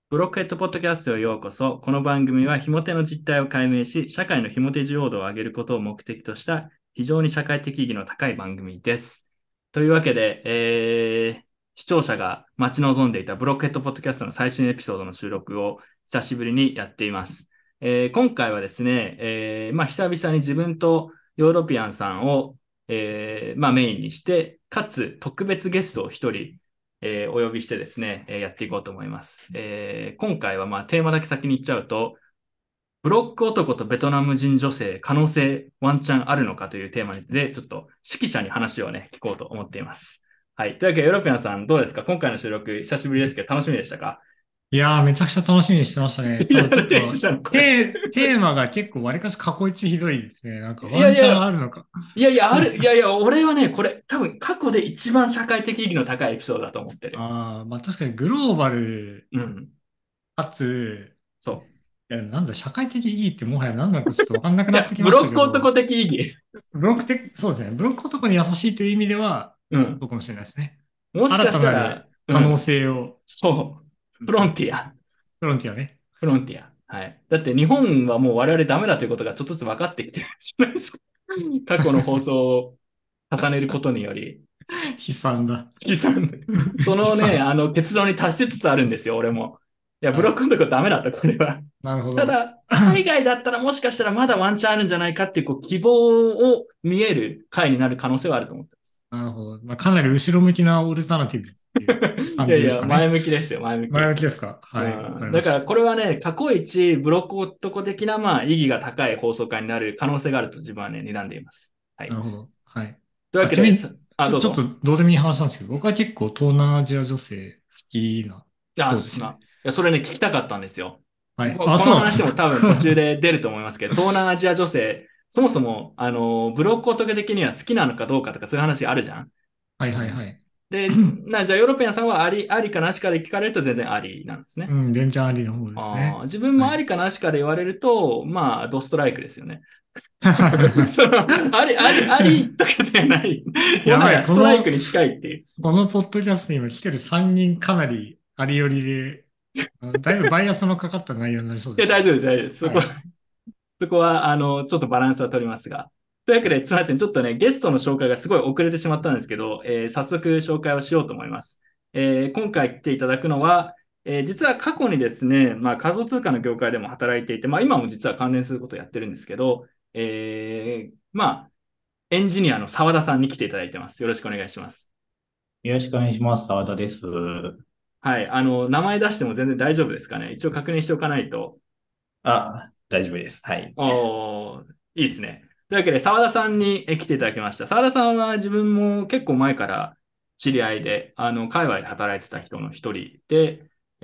ブロックヘッドポッドキャストへようこそ。この番組は、ひも手の実態を解明し、社会のひも手需要度を上げることを目的とした、非常に社会的意義の高い番組です。というわけで、視聴者が待ち望んでいたブロックヘッドポッドキャストの最新エピソードの収録を久しぶりにやっています。今回はですね、久々に自分とヨーロピアンさんを、メインにして、かつ特別ゲストを一人、お呼びしてですね、やっていこうと思います。今回はテーマだけ先に言っちゃうと、ブロック男とベトナム人女性、可能性ワンチャンあるのかというテーマで、ちょっと指揮者に話をね、聞こうと思っています。はい。というわけで、ヨーロピアンさんどうですか？今回の収録、久しぶりですけど、楽しみでしたか？ いやー、めちゃくちゃ楽しみにしてましたね。ただちょっと、 これ。 テーマが結構わりかし過去一ひどいですね。なんかワンチャンいやいや、 あるのか。 いやいや、ある、いやいや、俺はね、これ、多分過去で一番社会的意義の高いエピソードだと思ってる。 ああ、まあ確かにグローバルうん。 かつ、 そう。 いや、なんだ、社会的意義ってもはや何なのかちょっとわかんなくいや、 なってきましブロッたけど、 ク男的意義。 そうですね。ブロック男に優しいという意味では、 うん。 そうかもしれないですね。新もしかしたら、 たなる可能うん。 性を、 そう。フロンうん、 ティア。 フロンティアね。 フロンティア。はい。だって日本はもう我々ダメだということがちょっとずつ分かってきてるじゃないですか。過去の放送を重ねることにより、 悲惨だ。 月さん、そのね、 悲惨。 結論に達しつつあるんですよ、俺も。いや、ブロッあ、 クのとこダメだと、これは。 なるほど。 ただ、海外だったらもしかしたらまだワンチャンあるんじゃないかっていう、希望を見える回になる可能性はあると思ってます。 なるほど。まあ、かなり後ろ向きなオルタナティブっていう感いやいや、前じですかね。 向きですよ、前向前き。 置きですか？ うはい、わかん。 りました。 だからこれはね、過去一ブロック男的な意義が高い放送回になる可能性があると自分はね、睨んでいます。はい。 なるほど。はい。あ、 というわけで、 ちなみに、ちょっとどうぞ。 どうでもいい話なんですけど、僕は結構東南アジア女性好きなあ、 方ですね。 いや、それね、聞きたかったんですよ。 はい。あ、 このそうだったんですか。 話も多分途中で出ると思いますけど、東南アジア女性、そもそも、ブロック男的には好きなのかどうかとかそういう話あるじゃん。 はいうん。 はいはい。 で、じゃあヨーロピアンさんはありかなしかで聞かれると全然ありなんですね。 うん、連チャンありの方ですね。 自分はい。 もありかなしかで言われると、ドストライクですよね。ありとかではない。もはやばい、 やストライクに近いっていう。 このポッドキャストに今来てる3人かなりありよりで、だいぶバイアスのかかった内容になりそういや、 ですね。 大丈夫です、大丈夫です。 はい。 そこは、ちょっとバランスは取りますが。というわけで、すみません。ちょっとね、ゲストの紹介がすごい遅れてしまったんですけど、早速紹介をしようと思います。今回来ていただくのは、実は過去にですね、仮想通貨の業界でも働いていて、今も実は関連することをやってるんですけど、エンジニアの澤田さんに来ていただいてます。よろしくお願いします。 よろしくお願いします。澤田です。 はい。名前出しても全然大丈夫ですかね。一応確認しておかないと。 あ、大丈夫です。はい。 いいですね。というわけで、澤田さんに来ていただきました。澤田さんは自分も結構前から知り合いで、海外で働いてた人の一人で、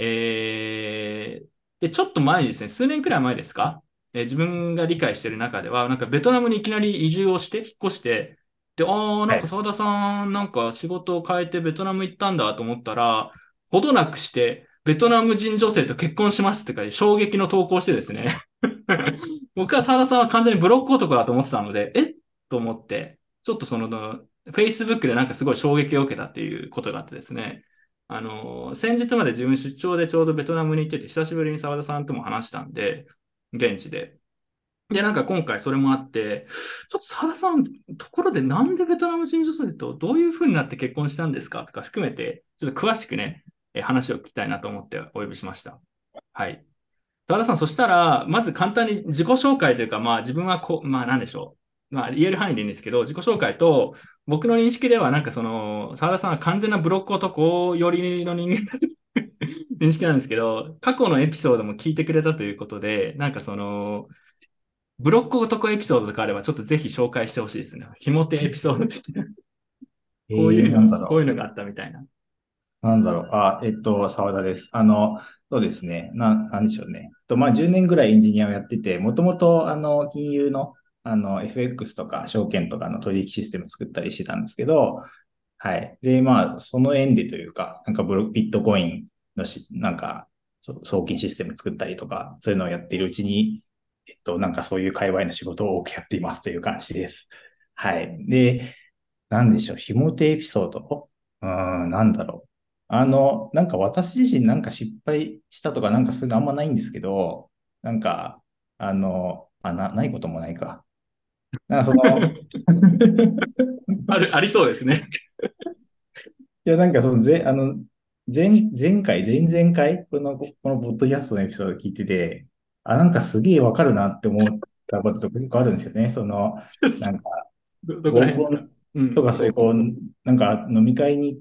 ちょっと前にですね、数年くらい前ですか？自分が理解している中では、なんかベトナムにいきなり移住をして、引っ越して、で、なんかはい。 澤田さん、なんか仕事を変えてベトナム行ったんだと思ったら、ほどなくして、ベトナム人女性と結婚しますってか、衝撃の投稿してですね。僕は澤田さんは完全にブロック男だと思ってたので、と思って、ちょっとFacebook でなんかすごい衝撃を受けたっていうことがあってですね。先日まで自分出張でちょうどベトナムに行ってて、久しぶりに澤田さんとも話したんで、現地で。で、なんか今回それもあって、ちょっと澤田さん、ところでなんでベトナム人女性とどういう風になって結婚したんですかとか含めて、ちょっと詳しくね、話を聞きたいなと思ってお呼びしました。はい。田田さん、そしたら、まず簡単に自己紹介というか、自分はなんでしょう。言える範囲でいいんですけど、自己紹介と、僕の認識では、なんか澤田さんは完全なブロック男寄りの人間だと認識なんですけど、過去のエピソードも聞いてくれたということで、なんかブロック男エピソードとかあれば、ちょっとぜひ紹介してほしいですね。ひもてエピソード的な、 なんだろこういうのがあったみたいな。 う。なんだろう。澤田です。そうですね。なんでしょうね。10年ぐらいエンジニアをやってて、もともと、金融の、FX とか証券とかの取引システム作ったりしてたんですけど、はい。で、その縁でというか、なんかビットコインのなんか、送金システム作ったりとか、そういうのをやっているうちに、なんかそういう界隈の仕事を多くやっていますという感じです。はい。で、なんでしょう、ひも手エピソードなんだろう。 なんか私自身なんか失敗したとかなんかそういうのあんまないんですけど、なんか、ないこともないか。なんかありそうですね。 いや、なんか前回、前々回、このポッドキャストのエピソード聞いてて、なんかすげえわかるなって思ったこととか結構あるんですよね。なんか、 どこら辺ですか？ 合コンうん、 とかそういう、 合コン。 なんか飲み会に行って、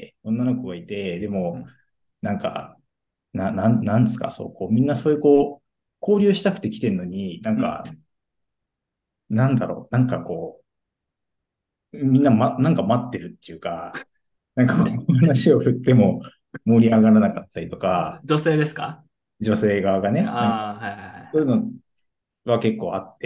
女の子がいて、でも、 うん、 なんか、なんですか、みんなそういう交流したくて来てんのに、 うん。 なんだろう、みんな、なんか待ってるっていうか、なんか話を振っても盛り上がらなかったりとか、 女性ですか？ 女性側がね、なんかああ、はいはいはい。 そういうのは結構あって、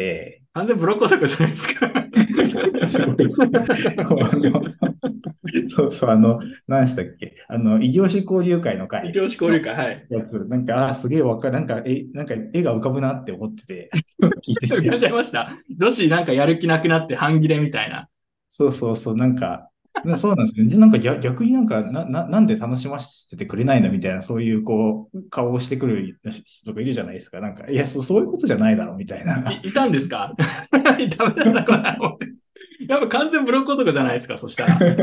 完全ブロック男じゃないですか。 すごい、こうそうそう、何でしたっけ、異業種交流会の異会の業種交流会、はい。 やつ、なんか、すげえわかる、なんか絵が浮かぶなって思ってて、聞いて浮かんじゃて、 いました。女子なんかやる気なくなって半切れみたいな。 そうそうそう、そうなんですよね。なんか逆になんで楽しませてくれないのみたいな、そういう顔をしてくる人とかいるじゃないですか。なんか、いや、そういうことじゃないだろ、みたいな。 いたんですか？ダメなんだ、これ。やっぱ完全ブロック男じゃないですか、そしたら。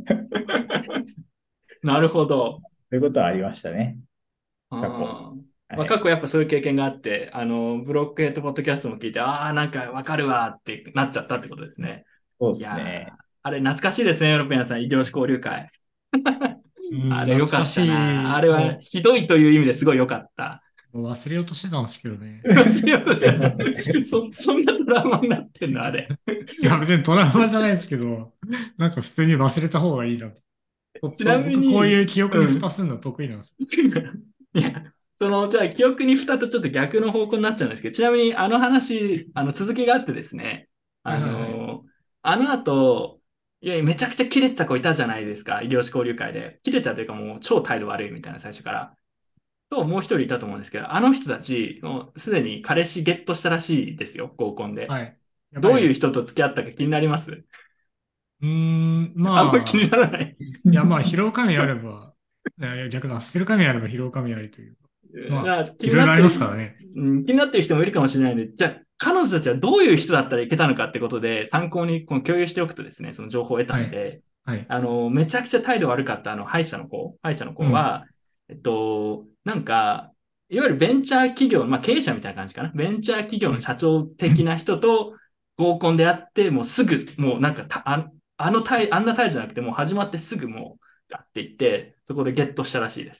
なるほど。 そういうことはありましたね。過去。 あーまあ、過はい。 去やっぱそういう経験があって、ブロックヘッドポッドキャストも聞いて、ああ、なんかわかるわってなっちゃったってことですね。 そうでいやすね。 ー、あれ懐かしいですね、ヨーロピアンさん、異業種交流会。 うん、 あれ良か懐かったな。 しい。 あれはひどいという意味ですごい良かった。 もう忘れようとしてたんですけどね。 忘れようとすいません。 そんなトラウマになってんの、あれ。 いや、別にトラウマじゃないですけど、なんか普通に忘れた方がいいな。 ちなみ僕こういに、 う記憶にうん。 蓋するの得意なんです。 いや、じゃあ、記憶に蓋とちょっと逆の方向になっちゃうんですけど、ちなみに、あの話、続きがあってですね、 はいはいはい。 あの後、いや、めちゃくちゃキレてた子いたじゃないですか、異業種交流会で。キレてたというか、もう超態度悪いみたいな、最初から。と、もう一人いたと思うんですけど、あの人たち、もうすでに彼氏ゲットしたらしいですよ、合コンで。 はい。やばどういうい。 人と付き合ったか気になります？ まあんま気になあ、 らない。 まあ、疲労感あれば、逆だ、捨てる神あれば疲労神ありというか。まあ、 気いろいろありになってる、 ますからね。 気になってる人もいるかもしれないので、じゃあ、彼女たちはどういう人だったらいけたのかってことで、参考にこの共有しておくとですね、その情報を得たはい。 んで、 はい。 めちゃくちゃ態度悪かった歯医者のうん。 子は、なんか、いわゆるベンチャー企業、まあ経営者みたいな感じかな。ベンチャー企業うん。 の社長的な人と合コンで会って、もうすぐ、もうなんかあんな態度じゃなくて、もう始まってすぐもう、ガッて言って、そこでゲットしたらしいです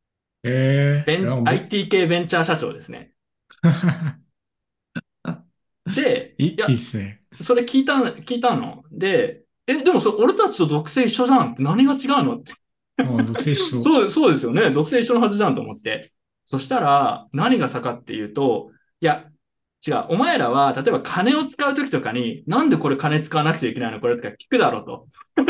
。IT 系ベンチャー社長ですね。で、いいいっや、 すね。 それ聞いたので、でも俺たちと属性一緒じゃんって何が違うのって。 もう属性一緒。 そうですよね。属性一緒のはずじゃんと思って。そしたら、何が坂っていうと、いや、違う。お前らは、例えば金を使うときとかに、なんでこれ金使わなくちゃいけないのこれとか聞くだろうと。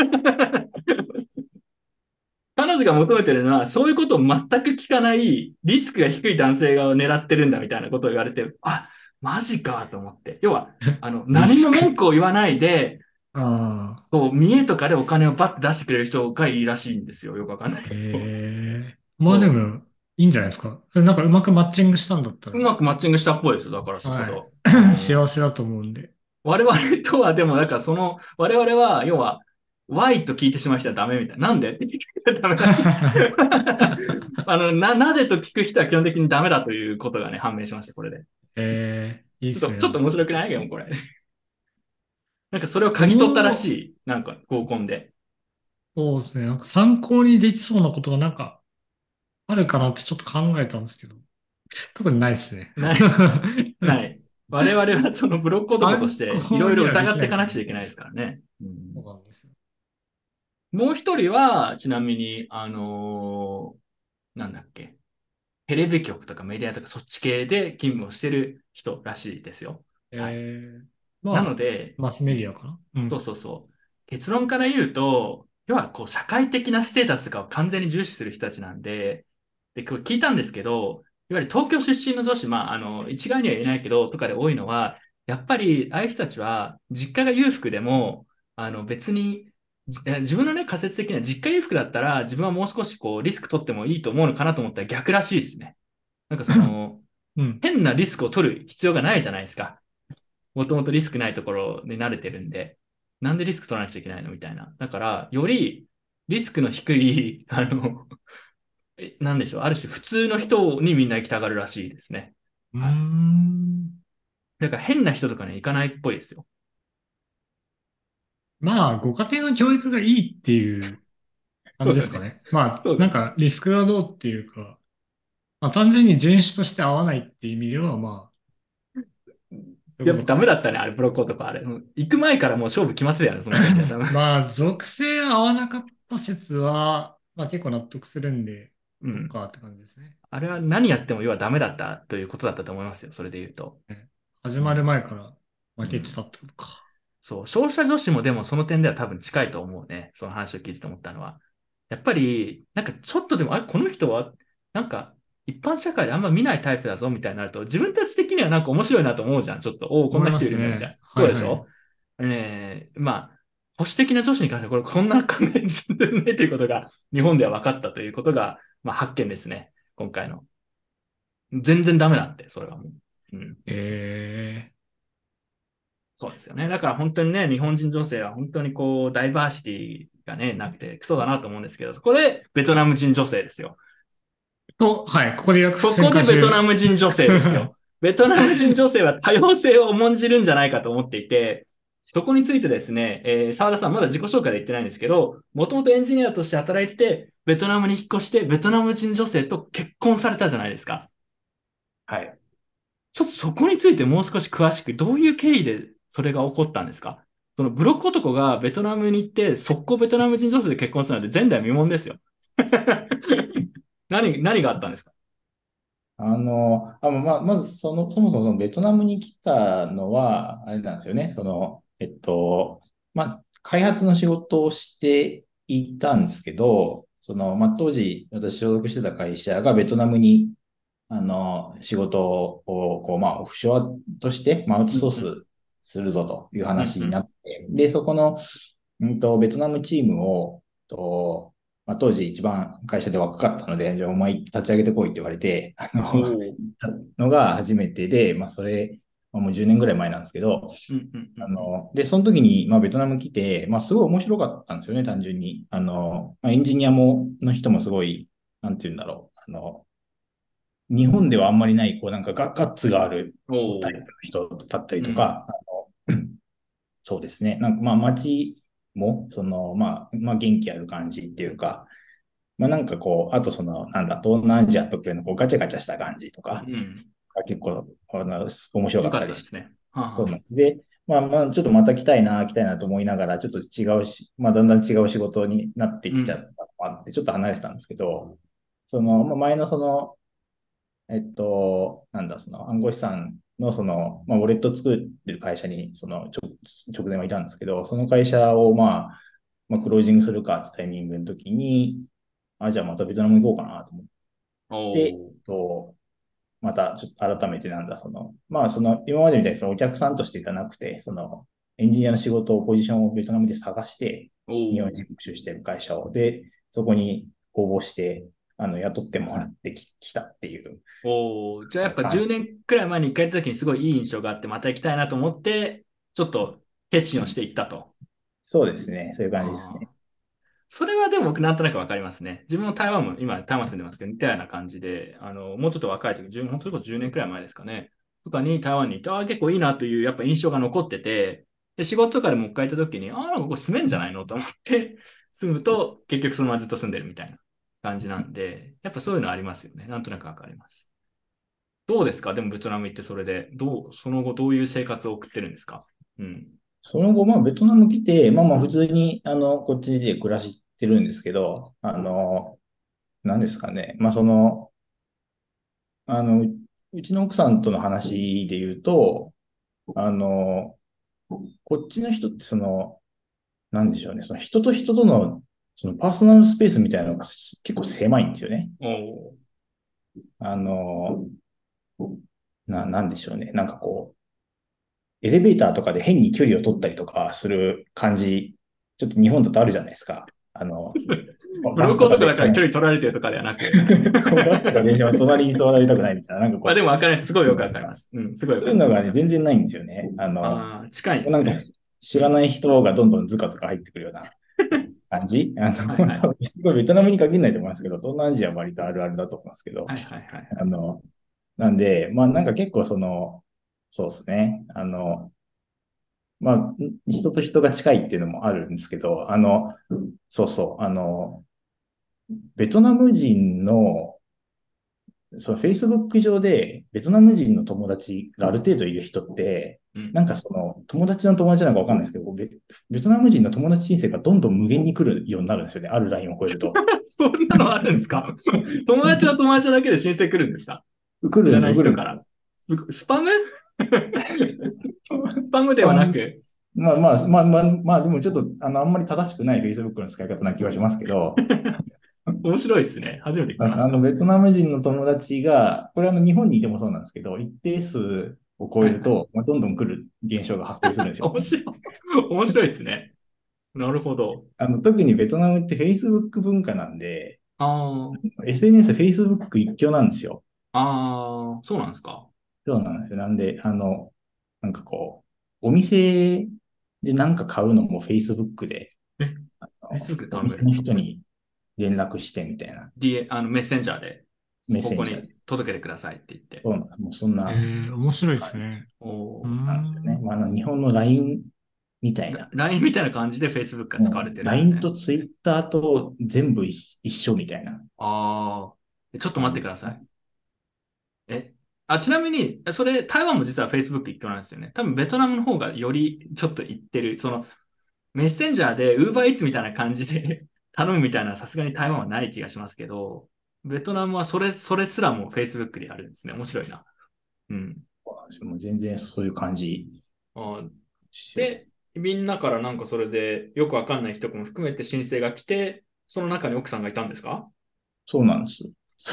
彼女が求めてるのは、そういうことを全く聞かない、リスクが低い男性が狙ってるんだみたいなことを言われて、あ、マジかと思って。要は、 リ何も文スク。 句を言わないで、 ああ。 見栄とかでお金をバッて出してくれる人がいいらしいんですよ。よくわかんないけど。 まあでそも、いいんじゃないですか。それなんかうまくマッチングしたんだったら、 うまくマッチングしたっぽいです。だからそこはで。 い。幸せだと思うんで。 我々とは、でも、なんか我々は、要は、Y と聞いてしまう人はダメみたいな。なんでって聞いてダメらしいです。なぜと聞く人は基本的にダメだということがね、判明しました、これで。 いいっすね。 ちょっと面白くないでもこれ。なんかそれを僕嗅ぎ取ったらしも、 い。なんか合コンで。 そうですね。なんか参考にできそうなことがなんかあるかなってちょっと考えたんですけど、特にないっすね。 ない、ない。我々はそのブロック男とし参ていろいろ考にはで疑っていかきないかな。 なくちゃいけないですからね。うそうん、 なんですよ。 もう一人は、ちなみに、なんだっけ。テレビ局とかメディアとかそっち系で勤務をしてる人らしいですよ。はい。なのまあ、 で、 マスメディアかな。うそうん。 そうそう。結論から言うと、要はこう社会的なステータスとかを完全に重視する人たちなんで、これ聞いたんですけど、いわゆる東京出身の女子、まあ、一概には言えないけど、とかで多いのは、やっぱり、ああいう人たちは、実家が裕福でも、別に、 自分のね、仮説的には実家裕福だったら、自分はもう少しこう、リスク取ってもいいと思うのかなと思ったら逆らしいですね。なんかその、 うん。 変なリスクを取る必要がないじゃないですか。もともとリスクないところに慣れてるんで、なんでリスク取らなくちゃいけないのみたいな。だから、よりリスクの低い、なんでしょう、ある種普通の人にみんな行きたがるらしいですね。 うーはい。 ん。 だから変な人とかね、行かないっぽいですよ。 まあ、ご家庭の教育がいいっていう感そうだね。 じですかね。まあ、 そうです。 なんかリスクがどうっていうか、まあ、単純に人種として合わないっていう意味では、まあ、そういうやっぱことかな。 ダメだったね、あれ、ブロッコとかあれ。行く前からもう勝負決まってたよね、その点では多分。 まあ、属性合わなかった説は、まあ結構納得するんで、 うん。 そっかって感じですね。 あれは何やっても要はダメだったということだったと思いますよ、それで言うと。 ね、始まるうん。 前から負けてたうん。 ってことか。 そう、商社女子もでもその点では多分近いと思うね。その話を聞いてて思ったのは。やっぱり、なんかちょっとでも、あれ、この人は、なんか、一般社会であんま見ないタイプだぞみたいになると、自分たち的にはなんか面白いなと思うじゃん。ちょっと、おお、こん思いまな人いるね、みたいすね。 な。 はいはい。 そうでしょ？まあ、保守的な女子に関しては、こんな考えに進んでるねということが、日本では分かったということが、まあ、発見ですね。今回の。全然ダメだって、それはもう。うん。 えそうですよね。だから本当にね、日本人女性は本当にこう、ダイバーシティがね、なくてクソだなと思うんですけど、そこでベトナム人女性ですよ。 はい、ここでよく伏ここ線回収。 でベトナム人女性ですよ。ベトナム人女性は多様性を重んじるんじゃないかと思っていて、そこについてですね、澤田さんまだ自己紹介で言ってないんですけど、もともとエンジニアとして働いてて、ベトナムに引っ越して、ベトナム人女性と結婚されたじゃないですか。 はい。 ちょっとそこについてもう少し詳しく、どういう経緯でそれが起こったんですか？そのブロック男がベトナムに行って、速攻ベトナム人女性で結婚するなんて前代未聞ですよ。何があったんですか？ まずそもそもそのベトナムに来たのは、あれなんですよね。開発の仕事をしていたんですけど、当時私所属してた会社がベトナムに、仕事を、オフショアとして、アウトソーうんうん。 スするぞといううんうん。 話になって、で、そこの、ベトナムチームを、当時一番会社で若かったので、じゃあお前立ち上げてこいって言われて、 おお。 たのが初めてで、もう10年ぐらい前なんですけど、 うんうんうんうん。 その時に、ベトナム来て、すごい面白かったんですよね、単純に。エンジニアの人もすごい、なんて言うんだろう。日本ではあんまりない、なんかガッツがある、 おタイプのお。 人だったりうん。 とか、そうですね。なんか街も、元気ある感じっていうか、あと東南アジア特有のガチャガチャした感じとか、 うん。 が結構、面白かよかったりして。 ったですね。はあ、はあ、 そうなんです。で、ちょっとまた来たいなと思いながら、ちょっと違うし、だんだん違う仕事になっていっちゃったうん。 のもあって、ちょっと離れてたんですけど、前の暗号資産のウォレット作ってる会社に、直前はいたんですけど、その会社を、クロージングするかってタイミングの時に、じゃあまたベトナム行こうかなと思って、 おお。 またちょっと改めて今までみたいにお客さんとしていかなくて、エンジニアの仕事を、ポジションをベトナムで探して、 おお。 日本人募集している会社を、で、そこに応募して、雇ってもらってきたっていうおお。じゃあやっぱ10 感じ。 年くらい前に一回行った時にすごいいい印象があって、また行きたいなと思って、ちょっと決心をしていったと。 そうですね。そういう感じですね。 ああ。それはでも僕なんとなくわかりますね。自分も台湾も今台湾住んでますけど、似たような感じで、もうちょっと若い時、それこそ10年くらい前ですかね。とかに台湾に行って、ああ、結構いいなというやっぱ印象が残ってて、で、仕事とかでもう一回行った時に、ああ、なんかここ住めんじゃないのと思って住むと、結局そのままずっと住んでるみたいな感じなんで、やっぱそういうのありますよね。なんとなくわかります。どうですか？でもベトナム行ってそれで、その後どういう生活を送ってるんですか？うん。 その後、ベトナム来て、普通に、こっちで暮らしてるんですけど、何ですかね。うちの奥さんとの話で言うと、あの、こっちの人ってなんでしょうね。人と人との、パーソナルスペースみたいなのが結構狭いんですよね。 おー。 あの、なんでしょうね。エレベーターとかで変に距離を取ったりとかする感じちょっと日本だとあるじゃないですか。 ブロッコとかだから距離離取られてるとかではなく。 こうバスとか電車は隣に座られたくないみたいな、なんかまあでこもわかります。すごいよくわかります。うん、すごいう、 よくわかります。 そういうのがね、全然ないんですよね。 ああ、近いでなんかすね。 知らない人がどんどんズカズカ入ってくるような感じ。 はいはい。 多分すごいベトナムに限らないと思いますけど、東南アジアは割とあるあるだと思いますけど、 はいはいはい。 あの、なんで、まあなんか結構そうですね。まあ、人と人が近いっていうのもあるんですけど、そうそう、ベトナム人の、その Facebook 上でベトナム人の友達がある程度いる人って、 うん。 なんかその友達の友達なのかわかんないですけど、ベトナム人の友達申請がどんどん無限に来るようになるんですよね。あるラインを超えると。 そんなのあるんですか？友達は友達だけで申請来るんですか？知らな来るんですよ、来るんですよ。 い人から。スパムスパムではまあなく。 でもちょっと、あんまり正しくない Facebook の使い方な気はしますけど、 面白いですね。初めて聞きました。 ベトナム人の友達が、これ日本にいてもそうなんですけど、一定数を超はいはい。 えると、まあ、どんどん来る現象が発生するんですよね。 面白い。面白いですね。なるほど。 特にベトナムって Facebook 文化なんで、 あ SNS、Facebook 一強なんですよ。 あ、ああ、そうなんですか。 そうなんですよ。なんで、なんかこう、お店でなんか買うのも Facebook で、 え、Facebook でお店頼めるんですか？ の人に連絡してみたいな、 メッセンジャーで、 メッここセンジャーで。 に届けてくださいって言って。 そうなんです。もうそんな面白いで感じすね。うーなんですよね。 ん。 まあ、日本の LINE みたいな。 LINE みたいな感じで Facebook が使われもうてるんです LINE ね。 と Twitter と全部一緒みたいなああ、ちょっと待感ってください。 じですね。 え、ちなみに、それ、台湾も実は Facebook 一強なんですよね。多分ベトナムの方がよりちょっと行ってる。メッセンジャーで Uber Eats みたいな感じで頼むみたいなのはさすがに台湾はない気がしますけど、ベトナムはそれすらも Facebook でやるんですね。面白いな。うん。 もう全然そういう感じであーすよ。 で、みんなからなんかそれでよくわかんない人も含めて申請が来て、その中に奥さんがいたんですか？ そうなんです。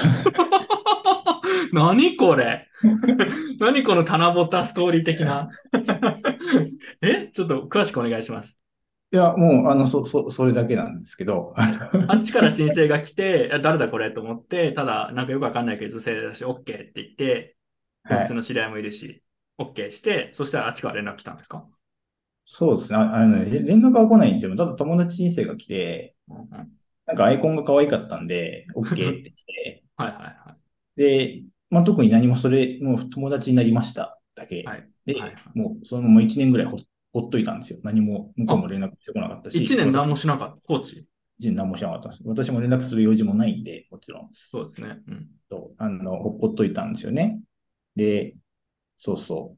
何これ？何この棚ぼたストーリー的な。ちょっと詳しくお願いします。 いや、もう、それだけなんですけど、 あっちから申請が来て、誰だこれと思って、ただ、なんかよくわかんないけど、女性だし、OK って言って、共はい。 通の知り合いもいるし、OK して、そしたらあっちから連絡来たんですか？ そうですね。連絡が来ないんですよ。ただ友達申請が来て、 うんうん。 なんかアイコンが可愛かったんで、OK って来て、 はいはいはい。 で、まあ、特に何ももう友達になりましただけ。 はいはいで、 はい。 もうそのまま1年ぐらいほっといたんですよ。何も、向こうもあ、 連絡してこなかった一し、 年何もしなかった。放置。 何もしなかったんです。私も連絡する用事もないんで、もちろん。 そうですね。うん。 ほっといたんですよね。で、そうそう。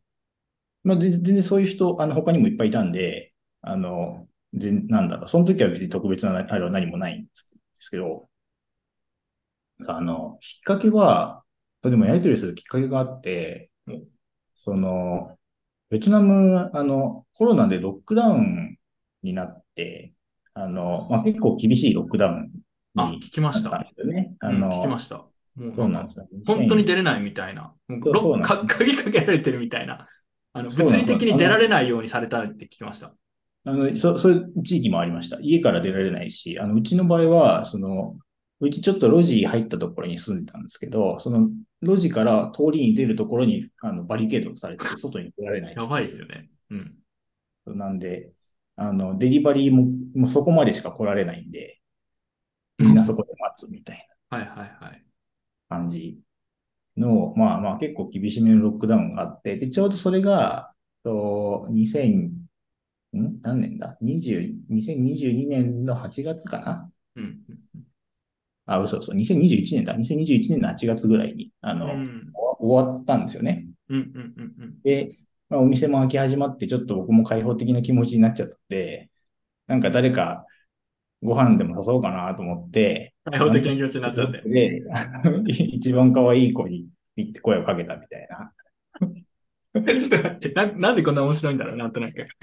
まあ、全然そういう人、他にもいっぱいいたんで、なんだろう、その時は別に特別な、あれは何もないんですけど、きっかけは、それでもやり取りするきっかけがあって、 もうその、ベトナム、コロナでロックダウンになって、まあ、結構厳しいロックダウンあ、 に聞きまなったんした。 ですよね。 うん、聞きました。もうなんか、 そうなんですよ。 本当に出れないみたいな。もうそうなんです。 鍵かけられてるみたいな。物理そうなんです。 的に出られないようにされたって聞きました。 そういう地域もありました。家から出られないし、うちの場合は、うちちょっと路地入ったところに住んでたんですけど、その路地から通りに出るところに、バリケードされてて、外に出られないっやばいていう。 ですよね。うん。 なんで、デリバリーもうそこまでしか来られないんで、みんなそこで待つみたいはいはいはい。 な感じの、まあまあ結構厳しめのロックダウンがあって、で、ちょうどそれが、2000、何年だ ?2022 年の8月かな。 うん。 嘘嘘、2021年だ。2021年の8月ぐらいに、 うん。 終わったんですよね。 うん。うん。うん。うん。 で、まあ、お店も開き始まって、ちょっと僕も開放的な気持ちになっちゃって、なんか誰かご飯でも誘おうかなと思って、 開放的な気持ちになっちゃっ Facebook て。 で、一番可愛い子に行って声をかけたみたいな。 ちょっと待って、なんでこんな面白いんだろう、なんとなく。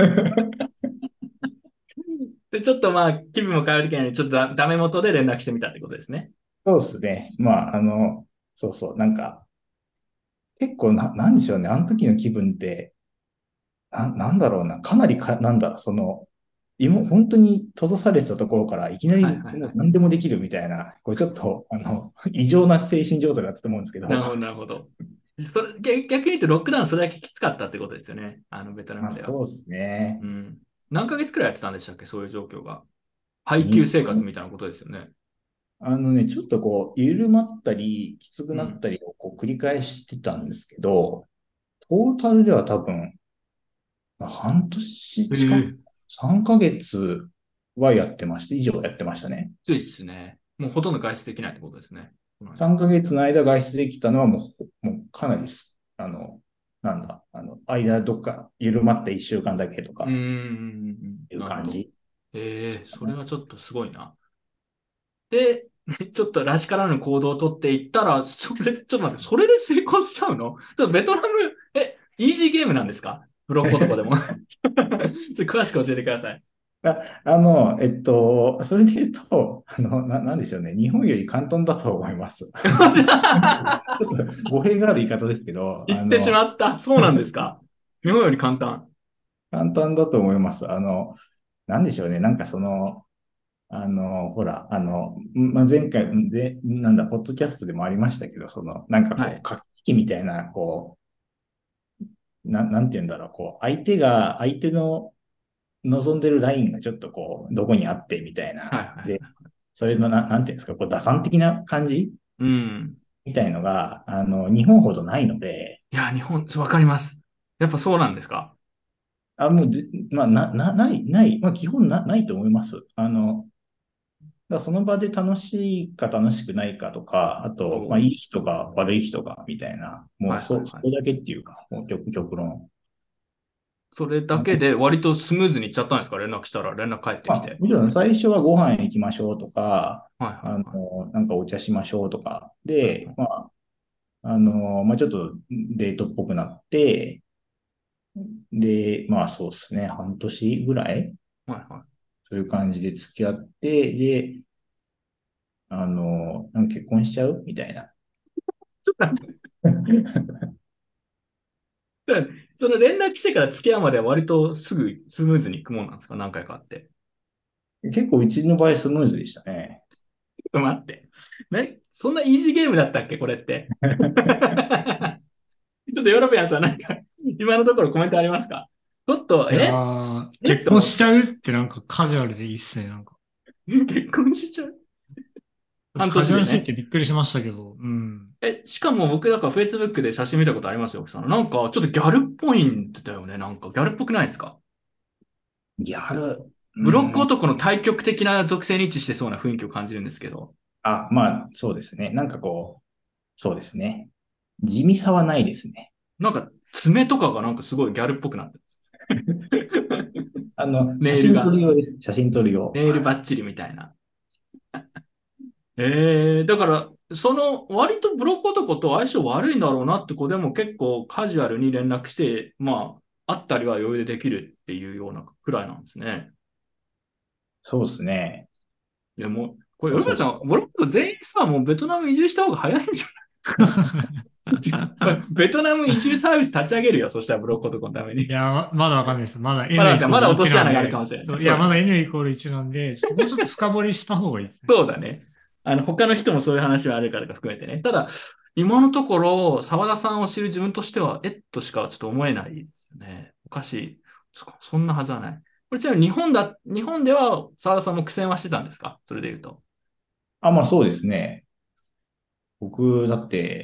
で、ちょっとまあ、気分も変えるときに、ちょっとダメ元で連絡してみたってことですね。 そうですね。まあ、そうそう、なんか、結構なんでしょうね。あの時の気分って、なんだろうな。かなりなんだろう、 今、本当に閉ざされてたところからいきなりはいはいはい。 もう何でもできるみたいな、これちょっと、異常な精神状態だったと思うんですけど、 なるほど、なるほど。逆に言うと、ロックダウンそれだけきつかったってことですよね。ベトナまあムでは。 そうですね。 うん。何ヶ月くらいやってたんでしたっけ、そういう状況が。配給に、 生活みたいなことですよね。 ちょっとこう、緩まったり、きつくなっうん。 たりをこう繰り返してたんですけど、トータルでは多分、半年近く、 ええ、 3ヶ月はやってました。以上やってましたね。 ついっすね。もうほとんど外出できないってことですね。 3ヶ月の間外出できたのはもうかなりす、間どっか緩まった1週間だけとうーかん、 いうなるほど。 感じ。 それはちょっとすごいな。で、ちょっとらしからぬ行動をとっていったら、ちょっと待って、それで成功しちゃうの？ベトナム、イージーゲームなんですか？ブロック男でも。ちょっと詳しく教えてください。 それで言うと、なんでしょうね。日本より簡単だと思います。ちょっと語弊がある言い方ですけど、 言ってしまった。そうなんですか？日本より簡単。 簡単だと思います。なんでしょうね。なんかほら、前回で、なんだ、ポッドキャストでもありましたけど、なんかこう、 はい。 駆け引きみたいな、こなんて言うんだろう、こう、相手の望んでるラインがちょっとこう、どこにあってみたいはいな。で、 はい。 そういうのなんていうんですか、こう、打算的な感じうん。 みたいのが、日本ほどないので、 いや、日本、わかります。やっぱそうなんですか？ もうぜ、まあ、ない、まあ、基本ないと思います。だからその場で楽しいか楽しくないかとか、あと、まあ、 おう、 いい人か悪い人かみたいな、もうそはいはいはい。 こだけっていうか、もう極論。 それだけで割とスムーズにいっちゃったんですか？連絡したら連絡返ってまあ、 きて。 もちろん最初はご飯行きましょうとか、 はいはいはい。 なんかお茶しましょうとか、で、 はいはい。 ちょっとデートっぽくなって、で、まあそうですね、半年ぐらいはいはい。 そういう感じで付き合って、で、なんか結婚しちゃうみたいな。 ちょっと待って、その連絡してから付き合うまでは割とすぐスムーズにいくもんなんですか？何回かあって。 結構うちの場合スムーズでしたね。 ちょっと待って。そんなイージーゲームだったっけこれって。ちょっとヨーロピアンさんなんか、今のところコメントありますか？ちょっと、 いやー、結と婚思って。 しちゃうってなんかカジュアルでいいっすね。なんか、 結婚しちゃう？半カジュアルすぎ年でね。 てびっくりしましたけど、うん。 しかも僕、だから Facebook で写真見たことありますよ、奥さんの。なんか、ちょっとギャルっぽいんだよね。なんか、ギャルっぽくないですか？ ギャル、うブロックん。 男の対極的な属性に位置してそうな雰囲気を感じるんですけど。 まあ、そうですね。なんかこう、そうですね。地味さはないですね。 なんか、爪とかがなんかすごいギャルっぽくなってる。 写真撮ネイルが。 る用です。写真撮る用。 ネイルバッチリみたいな。だから、その割とブロック男と相性悪いんだろうなって子でも結構カジュアルに連絡して、まあ、会ったりは余裕でできるっていうようなくらいなんですね。 そうですね。 でも、これ、 そうヨルマさん、 そうそう。 ブロック全員さ、もうベトナム移住した方が早いんじゃない？ベトナム移住サービス立ち上げるよ。そしたらブロック男のために。 いや、まだわかんないです。まだま N だまイコール1 だ落とし穴があるかなんで、 もしれない。 そう、いや、まだそうだね。 N イコール1なんで、ちょっともうちょっと深掘りした方がいいですね。 そうだね。他の人もそういう話はあるからか含めてね。ただ、今のところ、沢田さんを知る自分としては、としかちょっと思えないですよね。おかしい。そんなはずはない。これちなみに日本では沢田さんも苦戦はしてたんですか？それで言うと。 まあそうですね。僕、だって、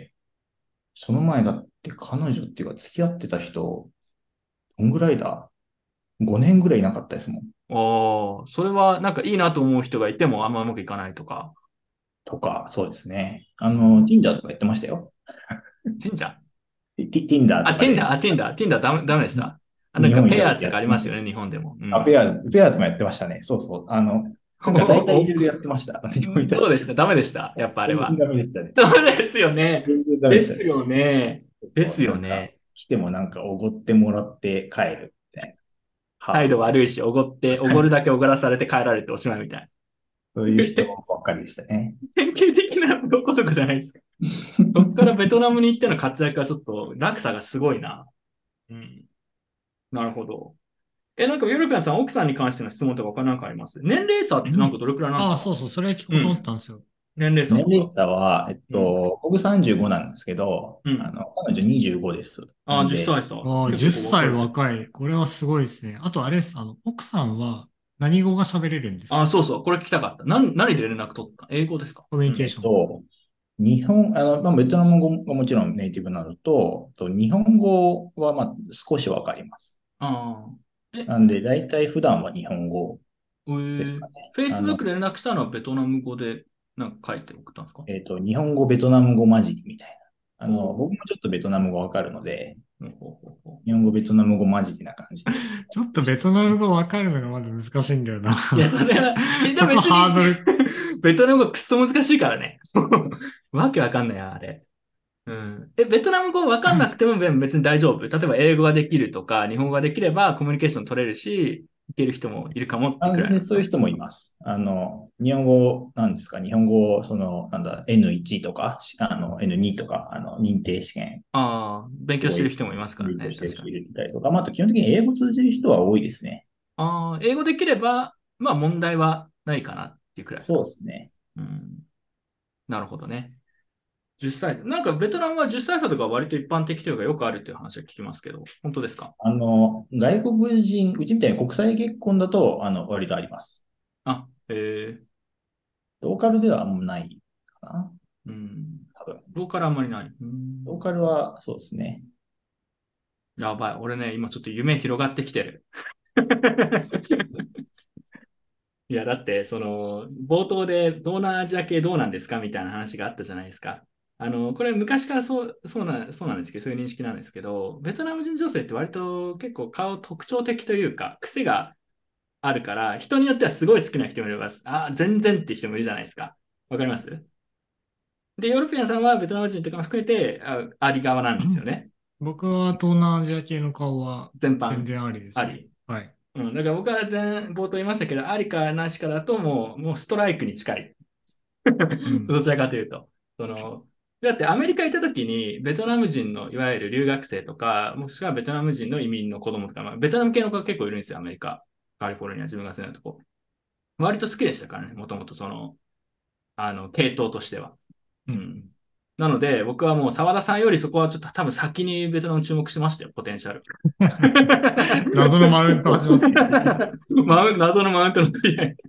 その前だって彼女っていうか付き合ってた人、どんぐらいだ？ 5 年ぐらいいなかったですもん。 それはなんかいいなと思う人がいてもあんまうまくいかないとか。 とか、そうですね。 うん。 Tinder とかやってましたよ。 神社？ Tinder とかで、 Tinder ダメでした。なん日本いたかペアーズと時やってました。 かありますよね、日本でも。うん。 ペアーズもやってましたね。そうそう。なんか大体いろいろやってました。日本いた時。 どうでした？ダメでした？やっぱあれ全然は。 ダメでしたね。 ダメですよね。 全然ダメでしたね。 ですよね。ですなんか、 よね。 来てもなんかおごってもらって帰るみたいな。 態はあ、みたいな。 度悪いし、おごるだけおごらされて帰られておしまいみたいそういう人な。 ばっかりでしたね。 典型的などことかじゃないですか。そっからベトナムに行っての活躍はちょっと落差がすごいな。うん。なるほど。 なんかヨルピアンさん、奥さんに関しての質問とか他なんかあります？年齢差ってなんかどれくらいなんですああ、 か？ そうそう、それは聞こうと思っうん。 たんですよ。 年齢差年齢とか。 差は、 うん。 僕35なんですけど、 うん。 彼女25です。 ああ、10 なんで、 歳差。 ああ、10 結構若歳いです。 若い。これはすごいですね。あと、あれです。奥さんは何語が喋れるんですか？ ああ、そうそう。これ聞きたかった。何で連絡取った？英語ですか？ コミュうん。 ニケーション。 日本、ベトナム語がもちろんネイティブなのと、日本語は少しわかります。 ああ。 なんで、大体普段は日本語ですかね。 Facebook で連絡したのはベトナム語でなんか書いて送ったんですか？ 日本語、ベトナム語混じりみたいな。僕おー。 もちょっとベトナム語わかるので、 ほうほうほうほう。 日本語、ベトナム語混じりな感じで。 ちょっとベトナム語わかるのがまず難しいんだよな。 いや、それは、でそこも別にハードル。 ベトナム語くっそ難しいからね。わけわかんないや、あれ。うん。ベトナム語わかんなくても別に大丈夫？例えば英語ができるとか、日本語ができればコミュニケーション取れるし、いける人もいるかもってくらいなんですか？ 全然そういう人もいます。日本語、なんですか、日本語、N1 とか、N2 とか、認定試験、 ああ、勉強してるすごい人もいますからね。 勉強してる確かに。 人いたりとか、あと基本的に英語通じる人は多いですね。 ああ、英語できれば、まあ問題はないかなっていうくらいですそうか。 ですね。 うん。なるほどね。10歳。なんかベトナムは10歳差とか割と一般的というかよくあるっていう話は聞きますけど、本当ですか？ 外国人、うちみたいに国際結婚だと、割とあります。 あ、 ローカルではあんまないかな。 うん。 多分。 ローカルあんまりない。うん。 ローカルは、そうですね。 やばい。俺ね、今ちょっと夢広がってきてる。いや、だって、冒頭で東南アジア系どうなんですかみたいな話があったじゃないですか。これ昔からそうなんですけど、そういう認識なんですけど、ベトナム人女性って割と結構顔特徴的というか、癖があるから、人によってはすごい好きな人もいれば、あ、全然って人もいるじゃないですか。わかります？で、ヨーロピアンさんはベトナム人とかも含めて、あり側なんですよね。 僕は東南アジア系の顔は全般全然ありですね。 あり。 はい。 うん。だから僕は冒頭言いましたけど、ありかなしかだともうストライクに近い。 うん。 どちらかというと。だってアメリカ行った時に、ベトナム人のいわゆる留学生とか、もしくはベトナム人の移民の子供とか、まあ、ベトナム系の子が結構いるんですよ、アメリカ。カリフォルニア、自分が住んだとこ。割と好きでしたからね、もともと系統としては。 うん。 うん。なので、僕はもう澤田さんよりそこはちょっと多分先にベトナム注目してましたよ、ポテンシャル。 謎のマウント始まってる。 謎のマウントの取り合い。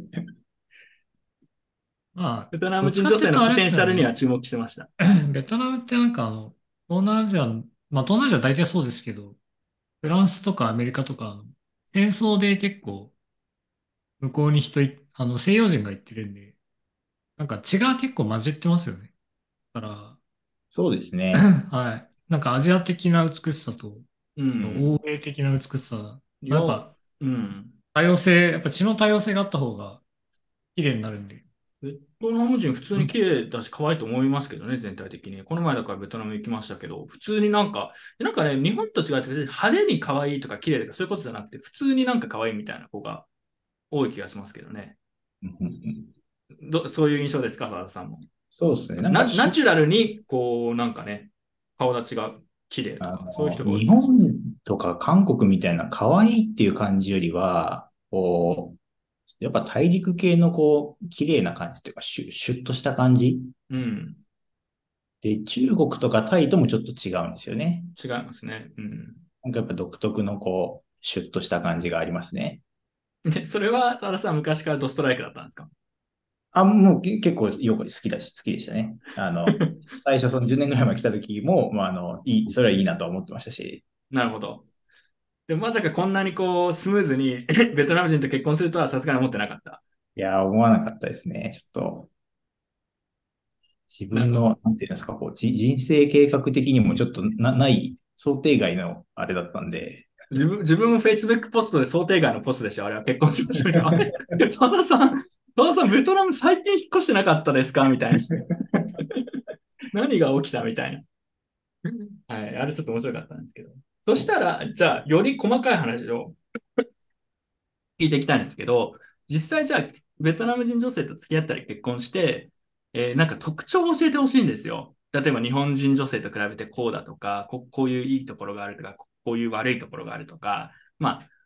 まあ、 ベトナどっちム人女かっていうとあれで性のポテンすよね。 シャルには注目してました。 ベトナムってなんか東南アジア、まあ東南アジア大体そうですけど、フランスとかアメリカとか、戦争で結構向こうに西洋人が行ってるんで、なんか血が結構混じってますよね。だかそうですら、 ね。 はい。なんかアジア的な美しさと、 うん。 欧米的な美しさ、まあ、やっよ、 ぱうん。 多様性、やっぱ血の多様性があった方が綺麗になるんで。 ベトナム人普通うん。 に綺麗だし可愛いと思いますけどね、全体的に。この前だからベトナム行きましたけど、普通になんかね、日本と違って別に派手に可愛いとか綺麗とかそういうことじゃなくて、普通になんか可愛いみたいな子が多い気がしますけどね。そういう印象ですか、澤田さんも。 そうですね。 ナチュラルに、こう、なんかね、顔立ちが綺麗とか、そういう人が多い日気がします。 本とか韓国みたいな可愛いっていう感じよりは、やっぱ大陸系の綺麗な感じっていうか、シュッとした感じうん。 で、中国とかタイともちょっと違うんですよね。 違いますね。うん。 なんかやっぱ独特のシュッとした感じがありますね。 で、それは、澤田さん昔からドストライクだったんですか？ もう結構よく好きでしたね。最初その10年ぐらい前来た時も、それはいいなとは思ってましたし。 なるほど。でもまさかこんなにこう、スムーズにベトナム人と結婚するとはさすがに思ってなかった。 いやー、思わなかったですね。ちょっと、自なるほど。 分の、なんていうんですか、人生計画的にもちょっとない想定外のあれだったんで。 自分も Facebook ポストで想定外のポストでしょ。あれは結婚しましたみたいな。あれ澤田さん、ベトナム最近引っ越してなかったですかみたいな。何が起きたみたいな。はい。あれちょっと面白かったんですけど。そそうですしたら、じゃあ、より細かい話を聞いていきたいんですけど、実際じゃあ、ベトナム人女性と付き合ったり結婚して、なんか特徴を教えてほしいんですよ。例えば日本人女性と比べてこうだとか、こういういいところがあるとか、こういう悪いところがあるとか、ま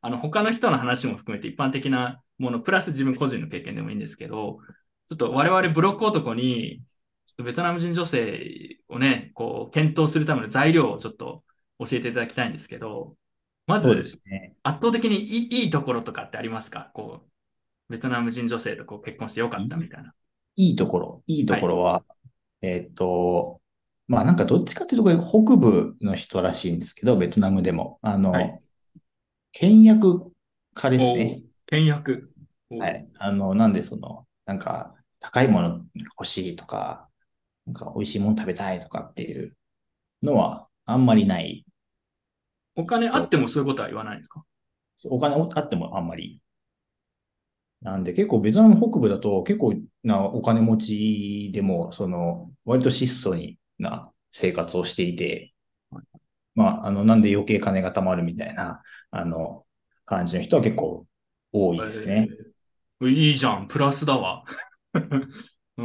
他の人の話も含めて一般的なもの、プラス自分個人の経験でもいいんですけど、ちょっと我々ブロック男に、ちょっとベトナム人女性をね、こう、検討するための材料をちょっと教えていただきたいんですけど、まそうでず、 すね。 圧倒的にいいところとかってありますか？こう、ベトナム人女性とこう結婚してよかったみいたいな。 いいとはい。 ころは、えっと、まあなんかどっちかっていうとこれ北部の人らしいんですけど、ベトナムでも。 はい。 倹約家ですおー、 ね。 倹約。おー、 はい。なんでなんか高いもの欲しいとか、なんか美味しいもの食べたいとかっていうのはあんまりないお金あっ人。 てもそういうことは言わないんですか？ お金あってもあんまり。なんで結構ベトナム北部だと結構なお金持ちでも、割と質素な生活をしていて、まあ、なんで余計金が貯まるみたいな、あの、感じの人は結構多いですね。 いいじゃん、プラスだわ。うん、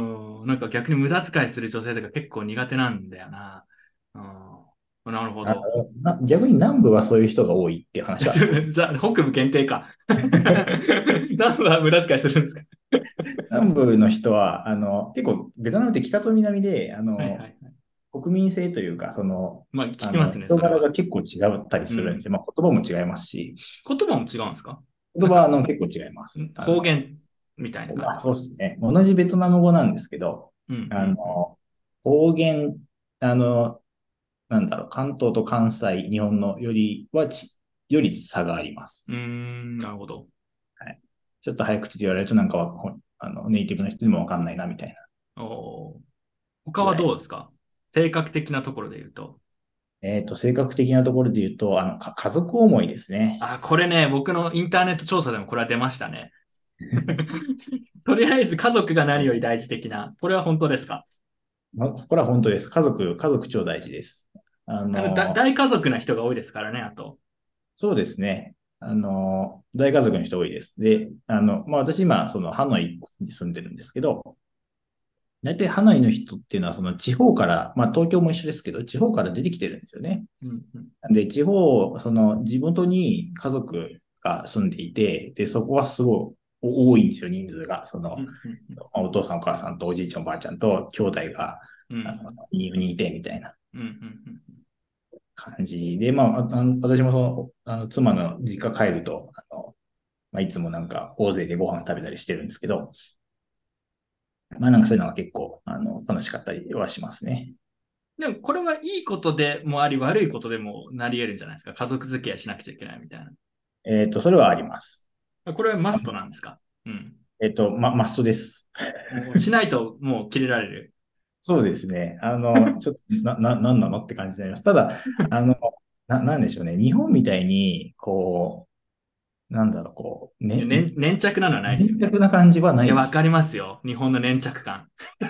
なんか逆に無駄遣いする女性とか結構苦手なんだよな。うん、なるほあど。 逆に南部はそういう人が多いっていう話はあります。 じゃあ、北部限定か。南部は無駄遣いするんですか？ 南部の人は、結構、ベトナムって北と南で、 はいはいはい。 国民性というか、 まあ、聞きますね、 人それは。 柄が結構違ったりうん。 するんですよ。まあ、言葉も違いますし、 言葉も違うんですか？ 言葉はなんか、 結構違います。 方言みたいな感まあ、 じですか？ そうですね。同じベトナム語なんですけど、 うんうあの、 ん方言、なんだろう、関東と関西、日本のより差があります。 うん。なるほど。 はい。ちょっと早口で言われるとなんかは、ネイティブの人にもわかんないな、みたいな他はぐらい。 どうですか？性格的なところで言うと。 性格的なところで言うと、家族思いですね。 あ、これね、僕のインターネット調査でもこれは出ましたね。とりあえず家族が何より大事的な。これは本当ですか？ これは本当です。家族超大事です。あの、 大家族な人が多いですからね、あと。 そうですね。大家族の人多いです。で、まあ、私今、ハノイに住んでるんですけど、大体ハノイの人っていうのは、その地方から、まあ、東京も一緒ですけど、地方から出てきてるんですよね。 うんうんで、地元に家族が住んでいて、で、そこはすごい多いんですよ、人数が。 うんうんお父さんお母さんとおじいちゃんおばあちゃんと兄弟が、 うんうん 4人いてみたいなうんうん感じで、まあ、私も妻の実家帰ると、まあ、いつもなんか大勢でご飯食べたりしてるんですけど、まあなんかそういうのが結構、楽しかったりはしますね。 でもこれはいいことでもあり悪いことでもなり得るんじゃないですか。家族付き合いしなくちゃいけないみたいそれはあります。 な。これはマストなんですか？うん。 マストです。 もうしないともう切れられる。 そうですね。ちょっと、なんなのって感じになります。ただ、なんでしょうね。日本みたいに、なんだろう、 粘着なのはないですよね。 粘着な感じはないや、わかいです。 りますよ。日本の粘着感。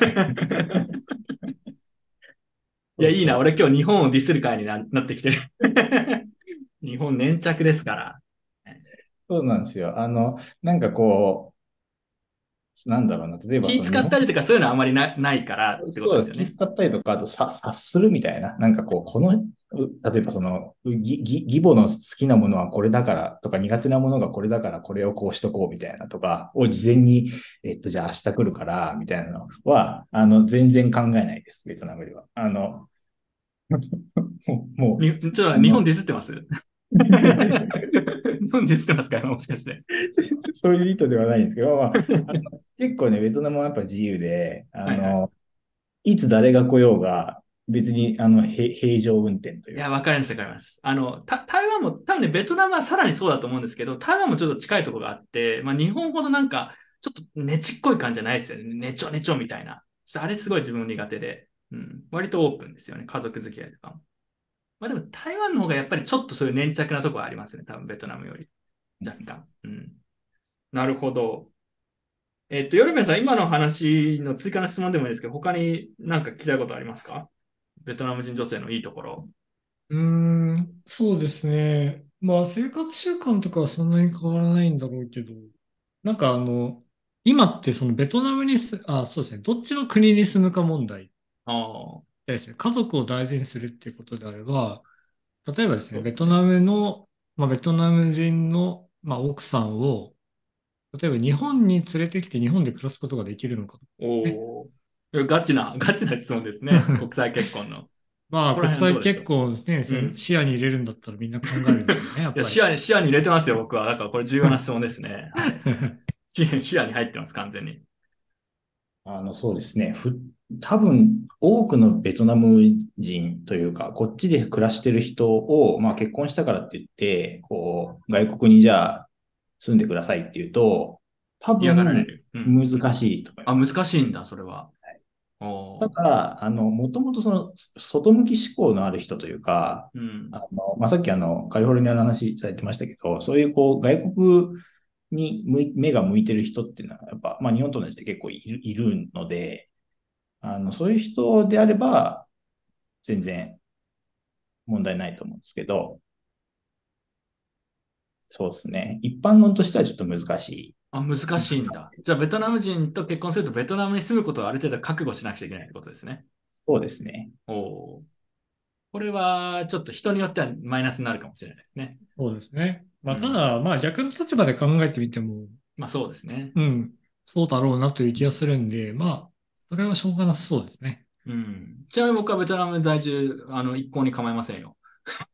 いや、いいな。 そうそう。 俺今日日本をディスる会になってきてる。日本粘着ですから。 そうなんですよ。なんかなんだろうな。例えば気使っ日本、 たりとかそういうのはあまりないからってことそうです。 ですよね。 気使ったりとか、あと察するみたいな。なんか例えば義母の好きなものはこれだからとか、苦手なものがこれだからこれをこうしとこうみたいなとか、を事前に、じゃあ明日来るから、みたいなのは、全然考えないです。ベトナムでは。もちょっと日本うディスってます？日本ディスってますか今もしかして。 そういう意図ではないんですけど、まあ、結構ね、ベトナムはやっぱ自由で、 はいはい。 いつ誰が来ようが、別に、平常運転といいや、 うか。 わかります、わかります。台湾も、多分ね、ベトナムはさらにそうだと思うんですけど、台湾もちょっと近いところがあって、まあ、日本ほどなんか、ちょっとねちっこい感じじゃないですよね。ねちょねちょみたいな。ちょっとあれすごい自分苦手で、うん。割とオープンですよね。家族付き合いとかも。まあでも台湾の方がやっぱりちょっとそういう粘着なところありますね。多分ベトナムより。若干。うん。なるほど。ヨルベンさん、今の話の追加の質問でもいいですけど、他になんか聞きたいことありますか？ベトナム人女性のいいところ。 そうですね。まあ、生活習慣とかはそんなに変わらないんだろうけど、なんか今ってそのベトナムにそうですね、どっちの国に住むか問題ああ、 ですね、家族を大事にするっていうことであれば、例えばですね、 そうですね。 ベトナムの、 まあ、ベトナム人の、まあ、奥さんを、例えば日本に連れてきて日本で暮らすことができるのかとね。 おー。ガチな質問ですね。国際結婚の。 まあ、 ここら国際結辺はどうでしょ婚ですね、 う。うん。 視野に入れるんだったらみんな考えるでしょうね、やいや、 っぱり。 視野に入れてますよ、僕は。だからこれ重要な質問ですね。はい。視野に入ってます、完全に。 そうですね。多分、多くのベトナム人というか、こっちで暮らしてる人を、まあ結婚したからって言って、こう、外国にじゃあ住んでくださいっていうと、多嫌がられ分、 る。うん。 難しいと思いあ、難ます。 しいんだ、それは。おー。 ただ、もともとその、外向き思考のある人というか、 うん。 まあ、さっきカリフォルニアの話されてましたけど、そういうこう、外国に目が向いてる人っていうのは、やっぱ、まあ日本と同じで結構いるので、そういう人であれば、全然問題ないと思うんですけど、そうですね。一般論としてはちょっと難しあ、難い。 しいんだ。じゃあ、ベトナム人と結婚するとベトナムに住むことをある程度覚悟しなくちゃいけないってことですね。 そうですね。 おー。これは、ちょっと人によってはマイナスになるかもしれないですね。 そうですね。まあ、たうん。 だ、まあ逆の立場で考えてみても、 まあ、そうですね。 うん、そうだろうなという気がするんで、まあ、それはしょうがなさそうですね。 うん。ちなみに僕はベトナム在住、一向に構いませんよ。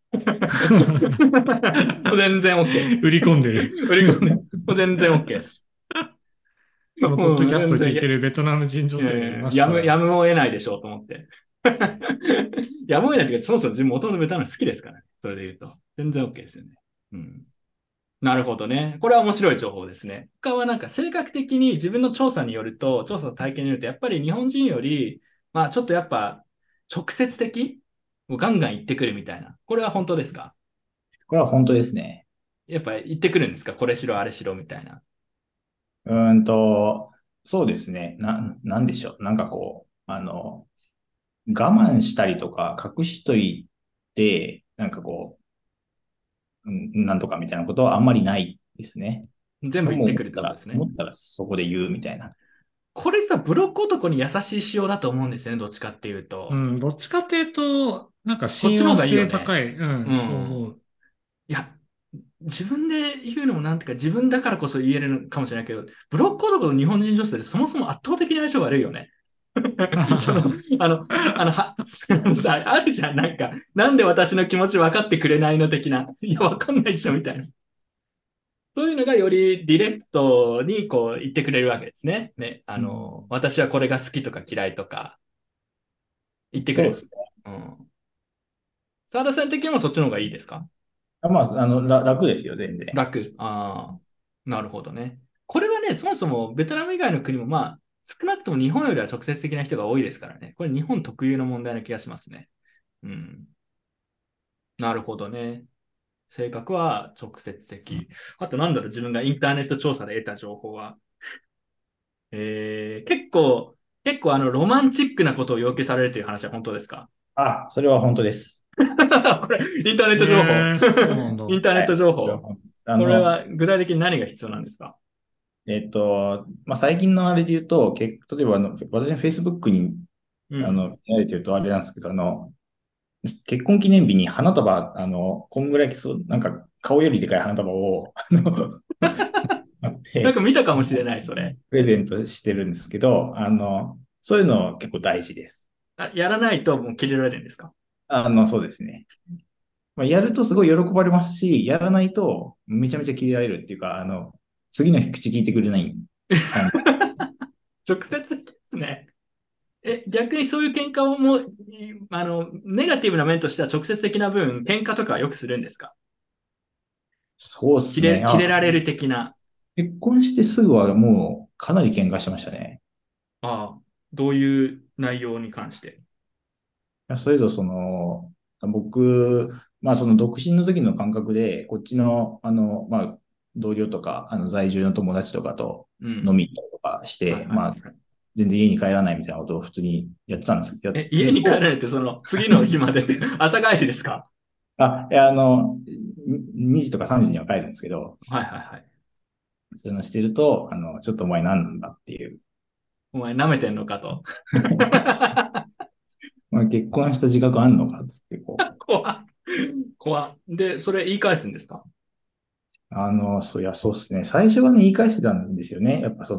もう全然 OK です。 売り込んでる。 売り込んで。もう全然 OK です。 このポッドもうキャストを聞全然いてるベトナム人女性がいましたら、 やむを得ないでしょうと思って。やむを得ないというか、そもそも自分もともとベトナム好きですからね。それで言うと。全然 OK ですよね。うん。なるほどね。これは面白い情報ですね。他はなんか性格的に自分の調査によると、調査の体験によると、やっぱり日本人より、まあちょっとやっぱ直接的もうガンガン言ってくるみたいな。これは本当ですか？ これは本当ですね。 やっぱ言ってくるんですか？これしろ、あれしろみたいな。 うーんと、そうですね。なんでしょう。なんかこう、我慢したりとか隠しといて、なんかこなんとかみたいなことはあんまりないですね。 全部そう言ってくるってことですね。 思ったらそこで言うみたいな。 これさ、ブロック男に優しい仕様だと思うんですよね。どっちかっていうと。 うん、どっちかっていうと、なんかこっちの方がいいよ親和性ね。 高い、ううん、と思ん。 う。 いや、自分で言うのもなんていうか、自分だからこそ言えるのかもしれないけど、ブロック男と日本人女性でそもそも圧倒的に相性悪いよね。その、さ、あるじゃん、なんか、なんで私の気持ち分かってくれないの的な。いや、分かんないでしょ、みたいな。そういうのがよりディレクトにこう言ってくれるわけですね。ね、 うん、 私はこれが好きとか嫌いとか言ってくる。 そうですね。 うん。沢田さん的にもそっちの方がいいですか？ まあ、楽ですよ、全然。 楽。ああ、なるほどね。これはね、そもそもベトナム以外の国もまあ、少なくとも日本よりは直接的な人が多いですからね。これ日本特有の問題な気がしますね。うん。なるほどね。性格は直接的。あとなんだろう、自分がインターネット調査で得た情報は。結構ロマンチックなことを要求されるという話は本当ですか？ あ、それは本当です。 これ、インターネット情報。 そうなんだ。 インターネットはい。 情報。 それは本当です。 これは具体的に何が必要なんですか？ まあ、最近のあれで言うと、例えば私の Facebook に、 うん。 見られてるとあれなんですけど、結婚記念日に花束、こんぐらいそう、なんか顔よりでかい花束を、あって、 なんか見たかもしれない、それ。 プレゼントしてるんですけど、そういうの結構大事です。 あ、やらないともう切れられるんですか？ そうですね。まあ、やるとすごい喜ばれますし、やらないとめちゃめちゃキレられるっていうか、次の日口聞いてくれない感じ。 直接ですね。逆にそういう喧嘩をもう、ネガティブな面としては直接的な分、喧嘩とかはよくするんですか？ そうですね。 切れられる的な。 結婚してすぐはもうかなり喧嘩してましたね。 ああ、どういう内容に関して。 それぞれ僕、まあその独身の時の感覚で、こっちの、まあ同僚とか、在住の友達とかとうん。 飲み行ったりとかして、 はいはいまあはい。 全然家に帰らないみたいなことを普通にやってたんですけど、やって家に帰らると、 れて、その、次の日までって朝帰りですか？ いや、2時とか3時には帰るんですけど、 はいはいはい。 そういうのしてると、ちょっとお前何なんだっていう。 お前舐めてんのかと。 まあ、結婚した自覚あんのかっつって、こう。 怖っ。怖っ。で、それ言い返すんですか？ そうですね。最初はね、言い返してたんですよね。やっぱ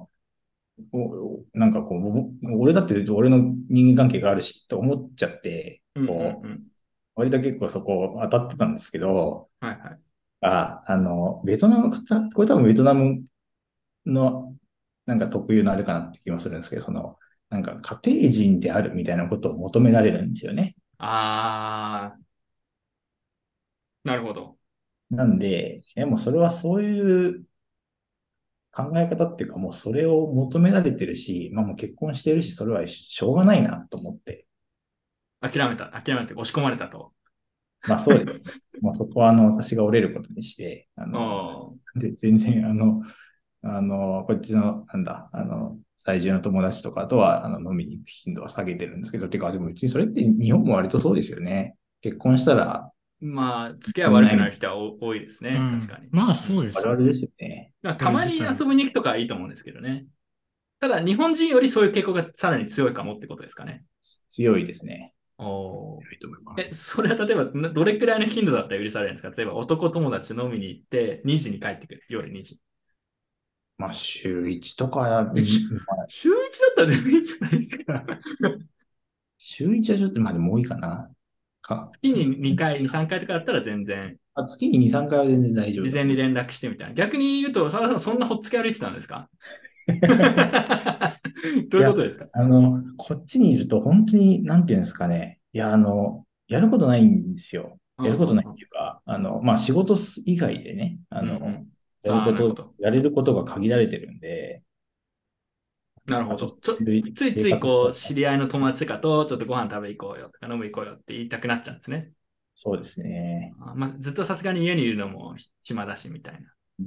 なんかこう、俺だって俺の人間関係があるし、と思っちゃって、 うんうんうん。 割と結構そこ当たってたんですけど、 はいはい。 ベトナムの方、これ多分ベトナムのなんか特有のあれかなって気もするんですけど、なんか家庭人であるみたいなことを求められるんですよね。 あー、なるほど。 なんで、もうそれはそういう考え方っていうか、もうそれを求められてるし、まあもう結婚してるし、それはしょうがないなと思って。 諦めて押し込まれたと。 まあそうですね。もうそこは私が折れることにして、 おー、 全然こっちの、なんだ、在住の友達とかとは、飲みに行く頻度は下げてるんですけど、てか、でも別にそれって日本も割とそうですよね。結婚したら、 まあ、付き合いここにいないみたい悪くなる人は多いですね。確うん。 かに。 まあうん。 そうですよね。 な我々ですよね。 だからそれたまに自体。 遊びに行くとかはいいと思うんですけどね。ただ、日本人よりそういう傾向がさらに強いかもってことですかね。 強いですね。 おー。 強いと思います。 それは例えば、どれくらいの頻度だったら許されるんですか？例えば、男友達と飲みに行って、2時に帰ってくる。夜2時。 まあ、週1とか、まあ週1だったら全然いいじゃないですか。 週1はちょっと、まあでも多いかな。 月に2回、2、3回とかだったら全然、 月に2、3回は全然大丈夫事だと思う。 前に連絡してみたいな。逆に言うと、澤田さんそんなほっつき歩いてたんですか？どういや、 いうことですか？ こっちにいると本当に、なんていうんですかね。いや、やることないんですよ。 うんうんやることないっうん。 ていうか、まあ仕事以外でね、 うんうん。ああ、なるほど。 やれることが限られてるんで、まあちょっとなるほど。 そういうつい生ついこう、 活スタイルが。 知り合いの友達とかと、ちょっとご飯食べ行こうよとか飲み行こうよって言いたくなっちゃうんですね。 そうですね。 まあ、ずっとさすがに家にいるのも暇だしみたいな。 うん。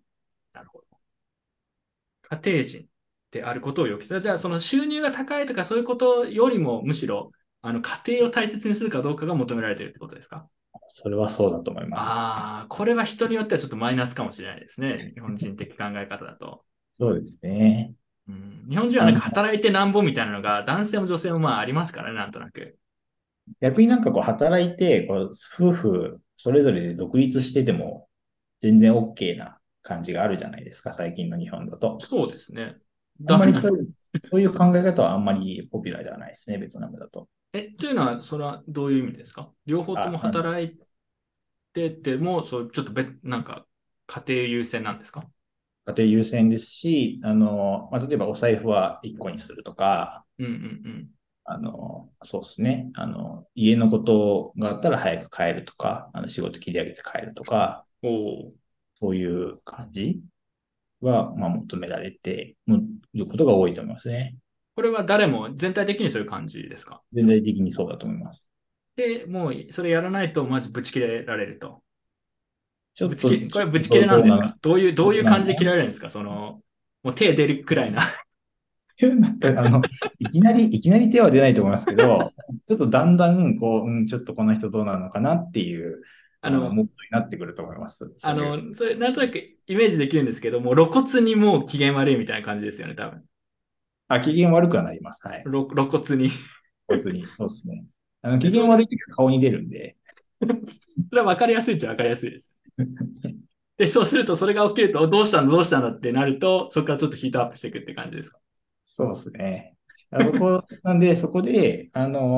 なるほど。家庭人であることを要求する。じゃあ、その収入が高いとかそういうことよりも、むしろ、家庭を大切にするかどうかが求められているってことですか？ それはそうだと思います。 ああ、これは人によってはちょっとマイナスかもしれないですね。日本人的考え方だと。 そうですね。 うん、日本人はなんかあの、 働いてなんぼみたいなのが男性も女性もまあありますからね、なんとなく。 逆になんかこう働いて、夫婦それぞれで独立してても全然 OK な感じがあるじゃないですか、最近の日本だと。 そうですね。 あんまりダメなの？ そういう考え方はあんまりポピュラーではないですね、ベトナムだと。 というのは、それはどういう意味ですか？両方ともなん働いてても、そう、ちょっとなんか、家庭優先なんですか？ 家庭優先ですし、まあ、例えばお財布は1個にするとか、 うんうんそうですね。家のことがあったら早く帰るとか、仕事切り上げて帰るとか、 うん。おお。 そういう感じは、まあ、求められていることが多いと思いますね。 これは誰も全体的にそういう感じですか？ 全体的にそうだと思います。 で、もうそれやらないとマジぶち切れられると。これぶち切れなんですどうなのか？どういう感じで切どうなのられるんですか？もう手出るくらいな。 なんかいきなり手は出ないと思いますけど、ちょっとだんだん、こう、ちょっとこの人どうなのかなっていう、 あの、 モードになってくると思います。そういう。 それなんとなくイメージできるんですけども、露骨にもう機嫌悪いみたいな感じですよね、多分。 機嫌悪くはなります。はい。 露骨に。 別に、そうですね。機で、 嫌悪い時は顔に出るんで、 それは分かりやすいっちゃ分かりやすいです。で、そうすると、それが起きると、どうしたんだってなると、そこからちょっとヒートアップしていくって感じですか？ そうですね。なんで、そこで、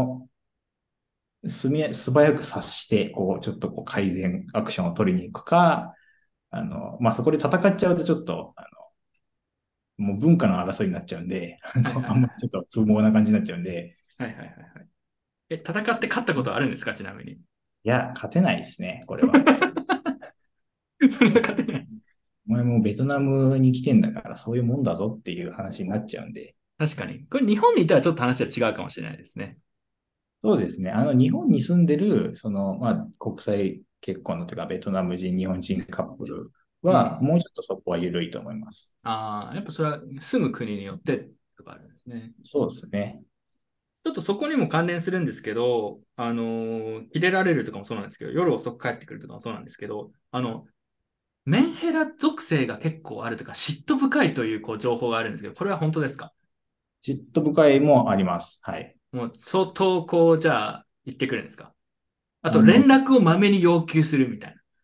素早く察して、こう、ちょっとこう改善アクションを取りに行くか、まあ、そこで戦っちゃうとちょっと、もう文化の争いになっちゃうんで、 はいはいはい。 あんまりちょっと不毛な感じになっちゃうんで、 はいはいはいはい。戦って勝ったことあるんですか？ちなみに。 いや、勝てないですね、これは。 それは勝てない。 お前もうベトナムに来てんだからそういうもんだぞっていう話になっちゃうんで。 確かに。これ日本にいたらちょっと話は違うかもしれないですね。 そうですね。日本に住んでる、まあ、国際結婚のというか、ベトナム人、日本人カップルは、 うん。 もうちょっとそこは緩いと思います。 ああ、やっぱそれは住む国によってとかあるんですね。 そうですね。 ちょっとそこにも関連するんですけど、切れられるとかもそうなんですけど、夜遅く帰ってくるとかもそうなんですけど、メンヘラ属性が結構あるとか、嫉妬深いという情報があるんですけど、これは本当ですか？ 嫉妬深いもあります。はい。 もう相当じゃあ言ってくるんですか？あとあの、 連絡をまめに要求するみたいな。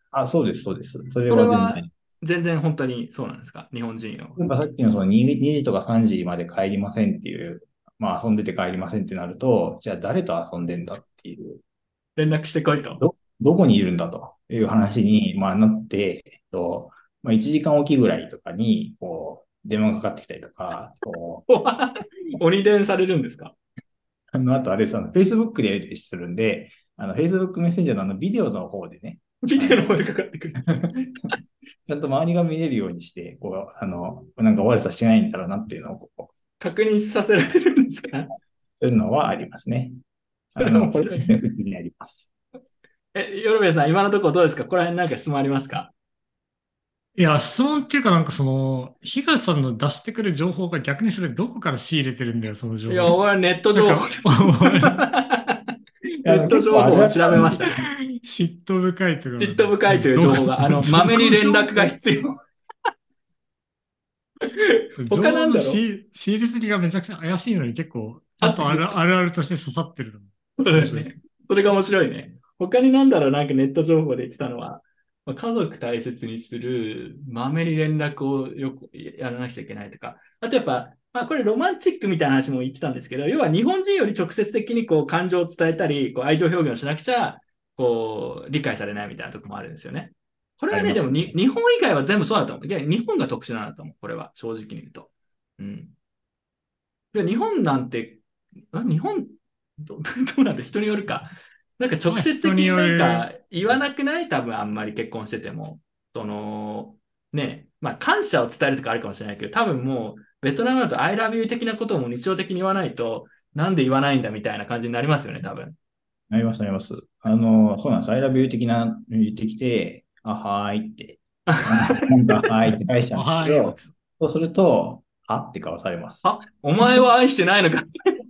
あ、そうです、そうです。それそれは全は然。 全然本当にそうなんですか？日本人の。 例えばさっきのその2時とか3時まで帰りませんっていう、まあ遊んでて帰りませんってなると、じゃあ誰と遊んでんだっていう、 連絡してこいと。 どこにいるんだという話に、まあ、なって、まあ、1時間おきぐらいとかに、電話がかかってきたりとか、 鬼電されるんですか？ あとあれです、Facebook でやり取りするんで、Facebook メッセンジャーのビデオの方でね、 ビデオの方でかかってくる。 ちゃんと周りが見れるようにして、なんか悪さしないんだろうなっていうのを、 確認させられるんですか？ そういうのはありますね。 それ面これ白い。 普通にあります。 ヨルベさん、今のところどうですか？ここら辺なんか質問ありますか？ いや、質問っていうかなんかその、東さんの出してくる情報が逆にそれどこから仕入れてるんだよ、その情いや、 報。 俺はネットなんか、 情報です。ネット結構あるある情報を調べなんですよ。 ました。 嫉妬深いというか、 嫉妬深いという情報が、まめに連絡が必要。 情他な報のんだろう。 仕入れすぎがめちゃくちゃ怪しいのに結構、ちゃんと合ってる。 あるあるとして刺さってるの。 そうだよね。 面白いです。 それが面白いね。他になんだろう、なんかネット情報で言ってたのは、家族大切にする、まめに連絡をよくやらなくちゃいけないとか、あとやっぱ、これロマンチックみたいな話も言ってたんですけど、要は日本人より直接的にこう感情を伝えたり、こう愛情表現をしなくちゃ、こう、理解されないみたいなところもあるんですよね。これはね、でもあります。 日本以外は全部そうだと思う。いや、日本が特殊なんだと思う。これは、正直に言うと。うん。で日本なんて、日本、どうなんだ、人によるか。なんか直まあ接人によ的になんかる、 言わなくない？多分あんまり結婚してても。その、ね、感謝を伝えるとかあるかもしれないけど、多分もうベトナムだと I love you 的なことも日常的に言わないと、なんで言わないんだみたいな感じになりますよね、多分。 あります、あります。そうなんです。I love you 的な言ってきて、あ、はーいって、なんか、はーいって返しちゃうんですけはい、 ど、そうすると、はって顔されます。 お前は愛してないのか？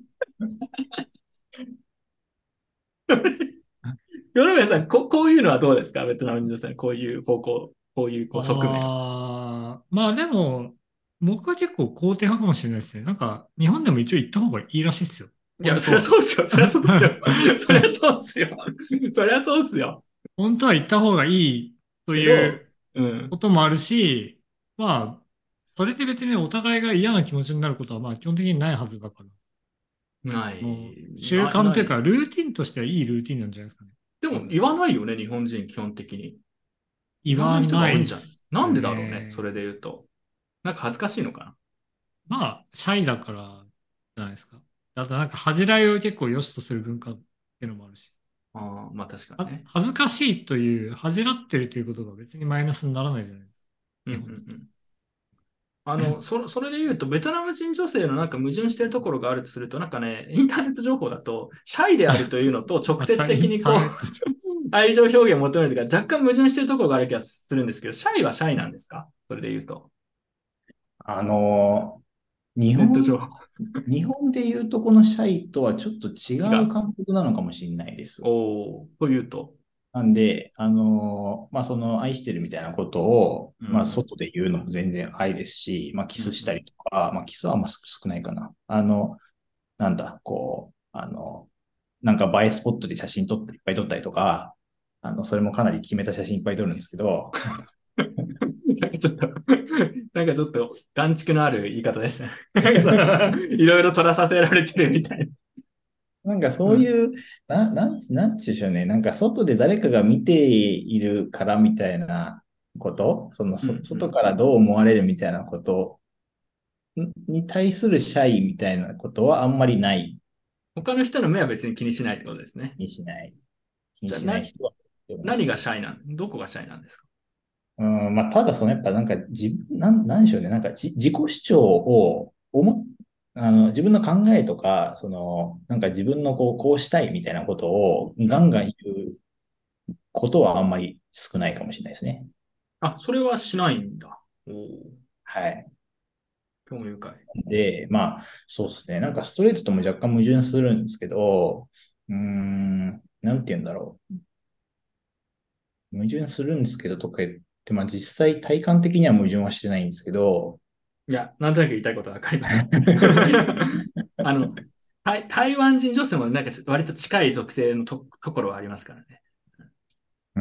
ヨルメさん、こういうのはどうですか？ベトナム人女性のこういう方向、こういうこう側面は。 ああ、まあでも、僕は結構肯定派かもしれないですね。なんか、日本でも一応行った方がいいらしいですよ。 いや、そりゃ本当は。 そうっすよ。そりゃそうっすよ。そりゃそうっすよ。そりゃそうっすよ。 本当は行った方がいいとけど、 いううん。 こともあるし、まあ、それで別にお互いが嫌な気持ちになることは、まあ基本的にないはずだから。 なもうい。 習慣というか、 ない。 ルーティンとしてはいいルーティンなんじゃないですかね。 でも言わないよね、日本人基本的に。 言言わない人わなが多いんじゃん。 いっすなんでだろうね、そね。 れで言うと。なんか恥ずかしいのかまあ、シャイだからじゃないですか。あとなんか恥じらいを結構良しとする文化っていうのもあるし。 な。まあ確かにね。 恥ずかしいという、恥じらってるということが別にマイナスにならないじゃないですか。 うんうんう日本だと。 ん。それで言うと、ベトナム人女性のなんか矛盾してるところがあるとすると、なんかね、インターネット情報だと、シャイであるというのと、直接インター的にこう、 ネット上。 愛情表現を求めるというか、若干矛盾してるところがある気がするんですけど、シャイはシャイなんですか？それで言うと。 あの、日本、 ネット情報。 日本でいうとこのシャイとはちょっと違違う。 う感覚なのかもしれないです。 というと。 なんで、まあ、その愛してるみたいなことを、まあ、 うん。 外で言うのも全然愛ですし、まあ、キスしたりうんうん。 とか、まあ、キスはあんま少ないかな。なんだ、なんか映えスポットで写真撮っていっぱい撮ったりとか、それもかなり決めた写真いっぱい撮るんですけど、 なんかちょっと、なんかちょっと、眼蓄のある言い方でしたね。なんかそのいろいろ取らさせられてるみたいな。 なんかうん。 そういう、なんて言うんでしょうね。なんか外で誰かが見ているからみたいなこと、 うんうん。 外からどう思われるみたいなことに対するシャイみたいなことはあんまりない他の人の目は別に気にしないってことですね。 気にしない、気にじゃあ、 しない人は多いと思いま何す。 がシャイなんどこがシャイなんですか？ うん、まあ、ただやっぱなんかなんでしょうね。なんか自己主張を自分の考えとか、なんか自分のこうしたいみたいなことをガンガンうんうん。 言うことはあんまり少ないかもしれないですね。 それはしないんだ。おー、 はい。 興味深い。 で、まあ、そうですね。なんかストレートとも若干矛盾するんですけど、なんて言うんだろう。矛盾するんですけどとか言って、まあ実際体感的には矛盾はしてないんですけど、 いや、なんとなく言いたいことはわかります。あの、台湾人女性もなんか割と近い属性のところはありますからね。 うん。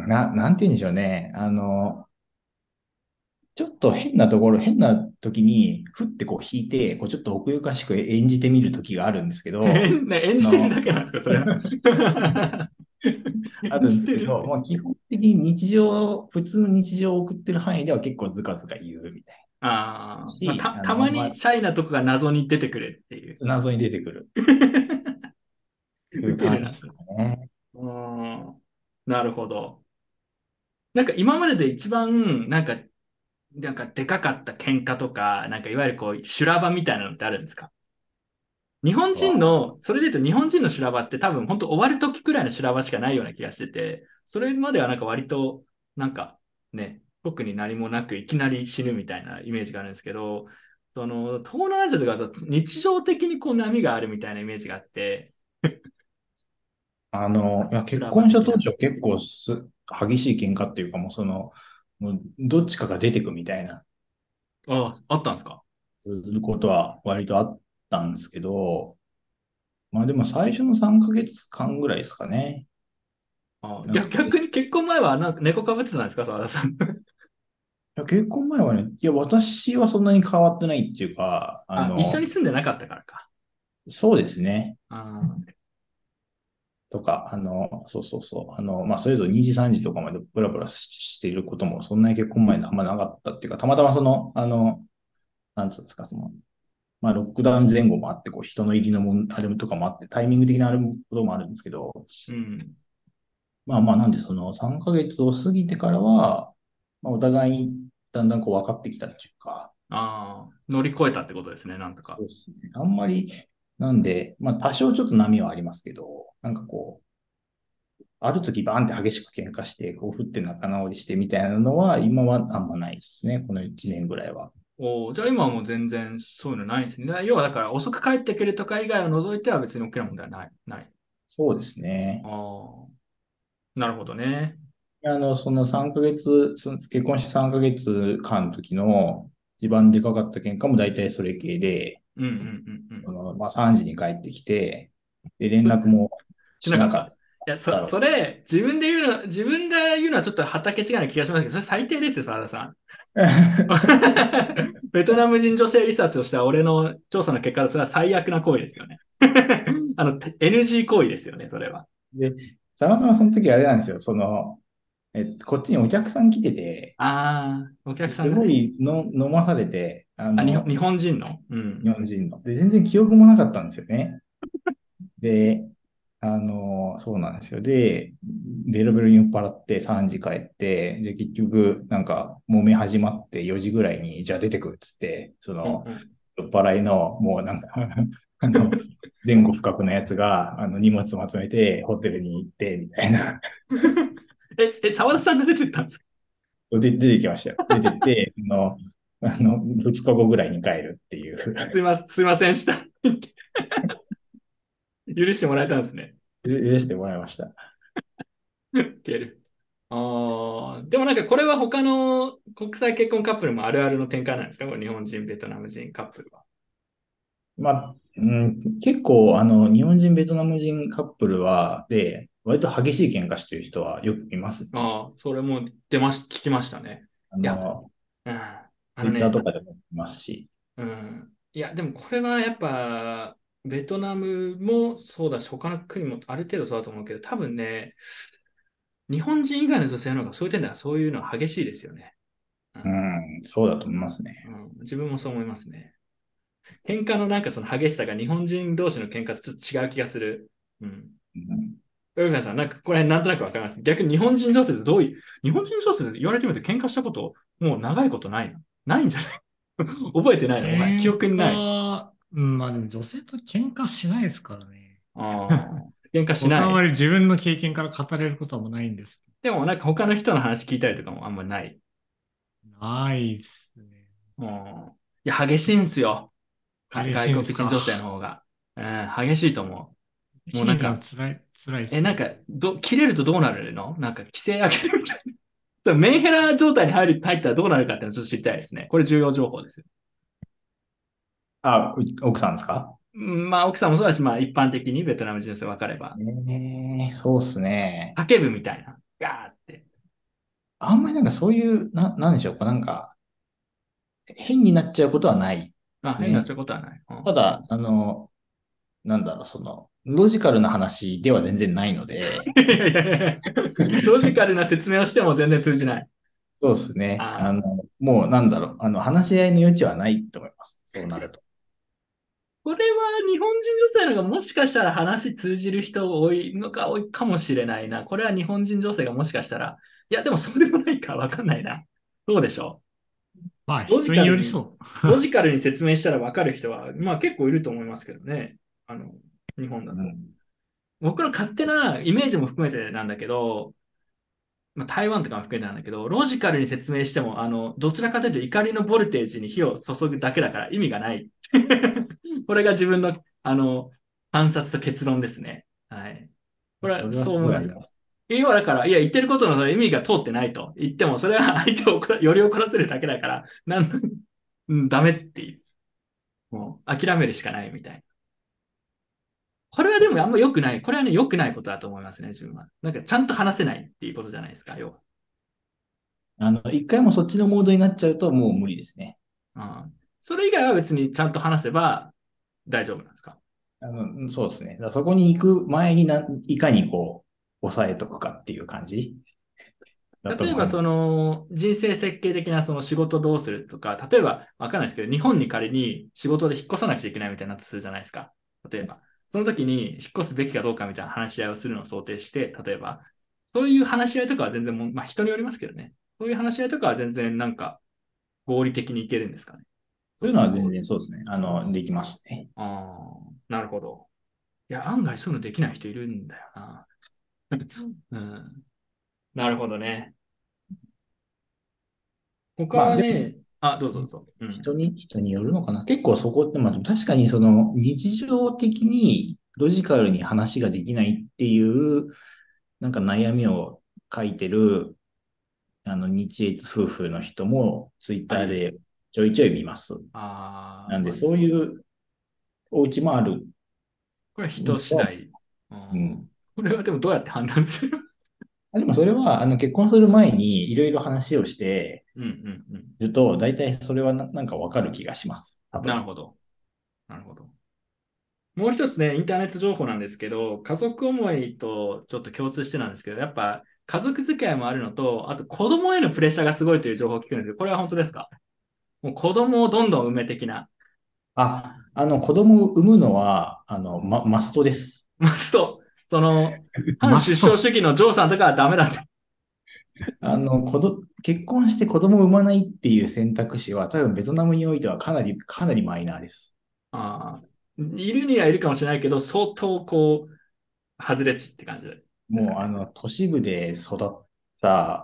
なんて言うんでしょうね。ちょっと変なところ、変な時に、ふってこう弾いて、こうちょっと奥ゆかしく演じてみる時があるんですけど、 演じてるあの、 だけなんですか、それは。 あ演るんですけど、 じてるって。 まあ、基本的に普通の日常を送ってる範囲では結構ズカズカ言うみたいなああ、まあ、 し、 たまにシャイなとこが謎に出てくるっていう。 謎に出てくるというウケるな、 感じですそれ。 かね。 うん。なるほど。なんか今までで一番、なんかでかかった喧嘩とか、なんかいわゆるこう、修羅場みたいなのってあるんですか？日本人わの、それで言うと日本人の修羅場って多分本当終わる時くらいの修羅場しかないような気がしてて、それまではなんか割と、なんかね、特に何もなくいきなり死ぬみたいなイメージがあるんですけど、その、東南アジアとかだと日常的にこう波があるみたいなイメージがあって、 いや、 修結婚した当羅場的な。 初結構激しい喧嘩っていうかもうどっちかが出てくみたいな、 ああ、あったんですか？ することは割とあったんですけど、まあでも最初の3ヶ月間ぐらいですかね。 ああ、 なんか逆に結婚前はなんか猫かぶってたんですか、澤田さん。 いや結婚前はね、いや、私はそんなに変わってないっていうか、 あ、一緒に住んでなかったからか。 そうですね。 あとか、そうそうそう。まあ、それぞれ2時、3時とかまでブラブラしていることも、そんなに結婚前にあんまなかったっていうか、たまたまなんつうんですか、まあ、ロックダウン前後もあって、こう、人の入りのあれとかもあって、タイミング的なあれもこともあるんですけど、 うん。 まあまあ、なんで、その3ヶ月を過ぎてからは、まあ、お互いにだんだんこう分かってきたっていうか、 ああ、乗り越えたってことですね、なんとか。 そうですね。あんまり、なんで、まあ、多少ちょっと波はありますけど、なんかこう、ある時バーンって激しく喧嘩して、こう、振って仲直りしてみたいなのは、今はあんまないですね。この1年ぐらいは。 おー、じゃあ今はもう全然そういうのないんですね。要はだから遅く帰ってくるとか以外を除いては別に大きな問題はない。ない。 そうですね。 ああ、なるほどね。 その3ヶ月、その結婚して3ヶ月間の時の一番でかかった喧嘩も大体それ系で、 うんうんうんまあ、3時に帰ってきて、で、連うん。 絡もしなかった。 しなかっいや、 たろそれ、自分で言うのはちょっと畑違いな気がしますけど、それ最低ですよ、澤田さん。 う。 ベトナム人女性リサーチをした俺の調査の結果で、それは最悪な行為ですよね。NG 行為ですよね、それは。 で、たまたまその時あれなんですよ。こっちにお客さん来てて、 ああ、お客さんすがね。 ごい飲まされて、 あ、日本人の。うん。 日本人の。で、全然記憶もなかったんですよね。で、そうなんですよ。で、ベロベロに酔っ払って3時帰って、で、結局、なんか、揉め始まって4時ぐらいに、じゃあ出てくるっつって、 うんうん。 酔っ払いの、もうなんかあの、前後不覚のやつが、荷物まとめて、ホテルに行って、みたいな。 澤田さんが出てったんですか？ 出てきましたよ。出てって、2日後ぐらいに帰るっていう。 すいませんした。許してもらえたんですね。 許してもらいました。 ウケる。ああ、でもなんかこれは他の国際結婚カップルもあるあるの展開なんですか？これ日本人、ベトナム人カップルは。 まあ、結構、日本人、ベトナム人カップルは、割と激しい喧嘩してる人はよく見ますね。 ああ、それも聞きましたね。いや、うん。 ツイッターとね、 かでも見ますし。 うん。いや、でもこれはやっぱ、ベトナムもそうだし、他の国もある程度そうだと思うけど、多分ね、日本人以外の女性の方がそういう点ではそういうのは激しいですよね。ううん。 そうだと思いますね。 うん、自分もそう思いますね。喧嘩のなんかその激しさが日本人同士の喧嘩とちょっと違う気がする。うん。 うん、 ウェブさん、なんかこれなんとなくわかります。逆に日本人女性でどういう、日本人女性で言われてみると喧嘩したこと、もう長いことないのないんじゃない？覚えてないの？もはや記喧憶にない。 嘩、うん、まあでも女性と喧嘩しないですからね。 ああ、喧嘩し僕はあまない。 り自分の経験から語れることはもうないんですけでもなんか他の人の話聞いたりとかもあんまりない。 ど。ないっすね。 うん。いや、激しいんすよ。 激し外いんですか？ 国人女性の方が。うん、激しいと思う。もう激しいのはなんか、 辛いですね。 切れるとどうなるの？なんか規制上げるみたいな。そうメンヘラ状態に入ったらどうなるかっていうのをちょっと知りたいですね。これ重要情報ですよ。 あ、奥さんですか？ うんまあ、奥さんもそうだし、まあ、一般的にベトナム人女性分かれば、 そうっすね。 叫ぶみたいな。ガーって。 あんまりなんかそういう、なんでしょう、こうなんか、変になっちゃうことはないであ、 すね。 変になっちゃうことはない。うん。 ただ、なんだろう、ロジカルな話では全然ないので、 いやいやいやいやロジカルな説明をしても全然通じない。 そうですね。 あもうなんだろう、話し合いの余地はないと思います。そうなると。 これは日本人女性の方がもしかしたら話通じる人多いのか多いかもしれないな。これは日本人女性がもしかしたら、いやでもそうでもないかわかんないな。どうでしょまあ、 う。ロジ人にカルに、 よりそう。 ロジカルに説明したらわかる人は、まあ結構いると思いますけどね。あの、日本だと。 うん。 僕の勝手なイメージも含めてなんだけど、まあ、台湾とかも含めてなんだけど、ロジカルに説明しても、どちらかというと怒りのボルテージに火を注ぐだけだから意味がない。これが自分の、観察と結論ですね。はい。これはそれはすそう思いますか？ ごいあります。 要はだから、いや、言ってることのそれ意味が通ってないと言っても、それは相手をより怒らせるだけだから、ダメっていう。もう諦めるしかないみたいな。これはでもあんま良くない。これはね、良くないことだと思いますね、自分は。なんかちゃんと話せないっていうことじゃないですか、要は。 一回もそっちのモードになっちゃうともう無理ですね。 うん。それ以外は別にちゃんと話せば大丈夫なんですか？ そうですね。だからそこに行く前にいかにこう、抑えとくかっていう感じだと例えばそ思います。 の人生設計的なその仕事どうするとか、例えばわかんないですけど、日本に仮に仕事で引っ越さなくちゃいけないみたいになってするじゃないですか。例えば。その時に引っ越すべきかどうかみたいな話し合いをするのを想定して、例えば、そういう話し合いとかは全然もう、まあ人によりますけどね。そういう話し合いとかは全然なんか合理的にいけるんですかね。 そういうのは全然そうですね。できますね。 ああ、なるほど。いや、案外そういうのできない人いるんだよな。うん、なるほどね。他まあでも、 はね、あ、どうぞどうぞ。うん。 人によるのかな。結構そこって、まあ、確かに日常的にロジカルに話ができないっていう、なんか悩みを書いてる、日越夫婦の人もツイッあ、いる。 ターでちょいちょい見ます。 ああ、 なんで、 まあ、 そういうお家もあるこれは人次のと、 第。うん、 うん。 これはでもどうやって判断する？ でもそれは、結婚する前にいろいろ話をしてうんうんうん。 いると、大体それはなんかわかる気がします。多分。 なるほど。なるほど。もう一つね、インターネット情報なんですけど、家族思いとちょっと共通してなんですけど、やっぱ家族付き合いもあるのと、あと子供へのプレッシャーがすごいという情報を聞くんですけど、これは本当ですか？もう子供をどんどん産め的な。 子供を産むのは、マストです。 まずと、その、反出マスト。 生主義のジョーさんとかはダメだって。 結婚して子供を産まないっていう選択肢は、多分ベトナムにおいてはかなりマイナーです。 ああ、いるにはいるかもしれないけど、相当こう、外れ値って感じですかもう、 ね。 都市部で育った、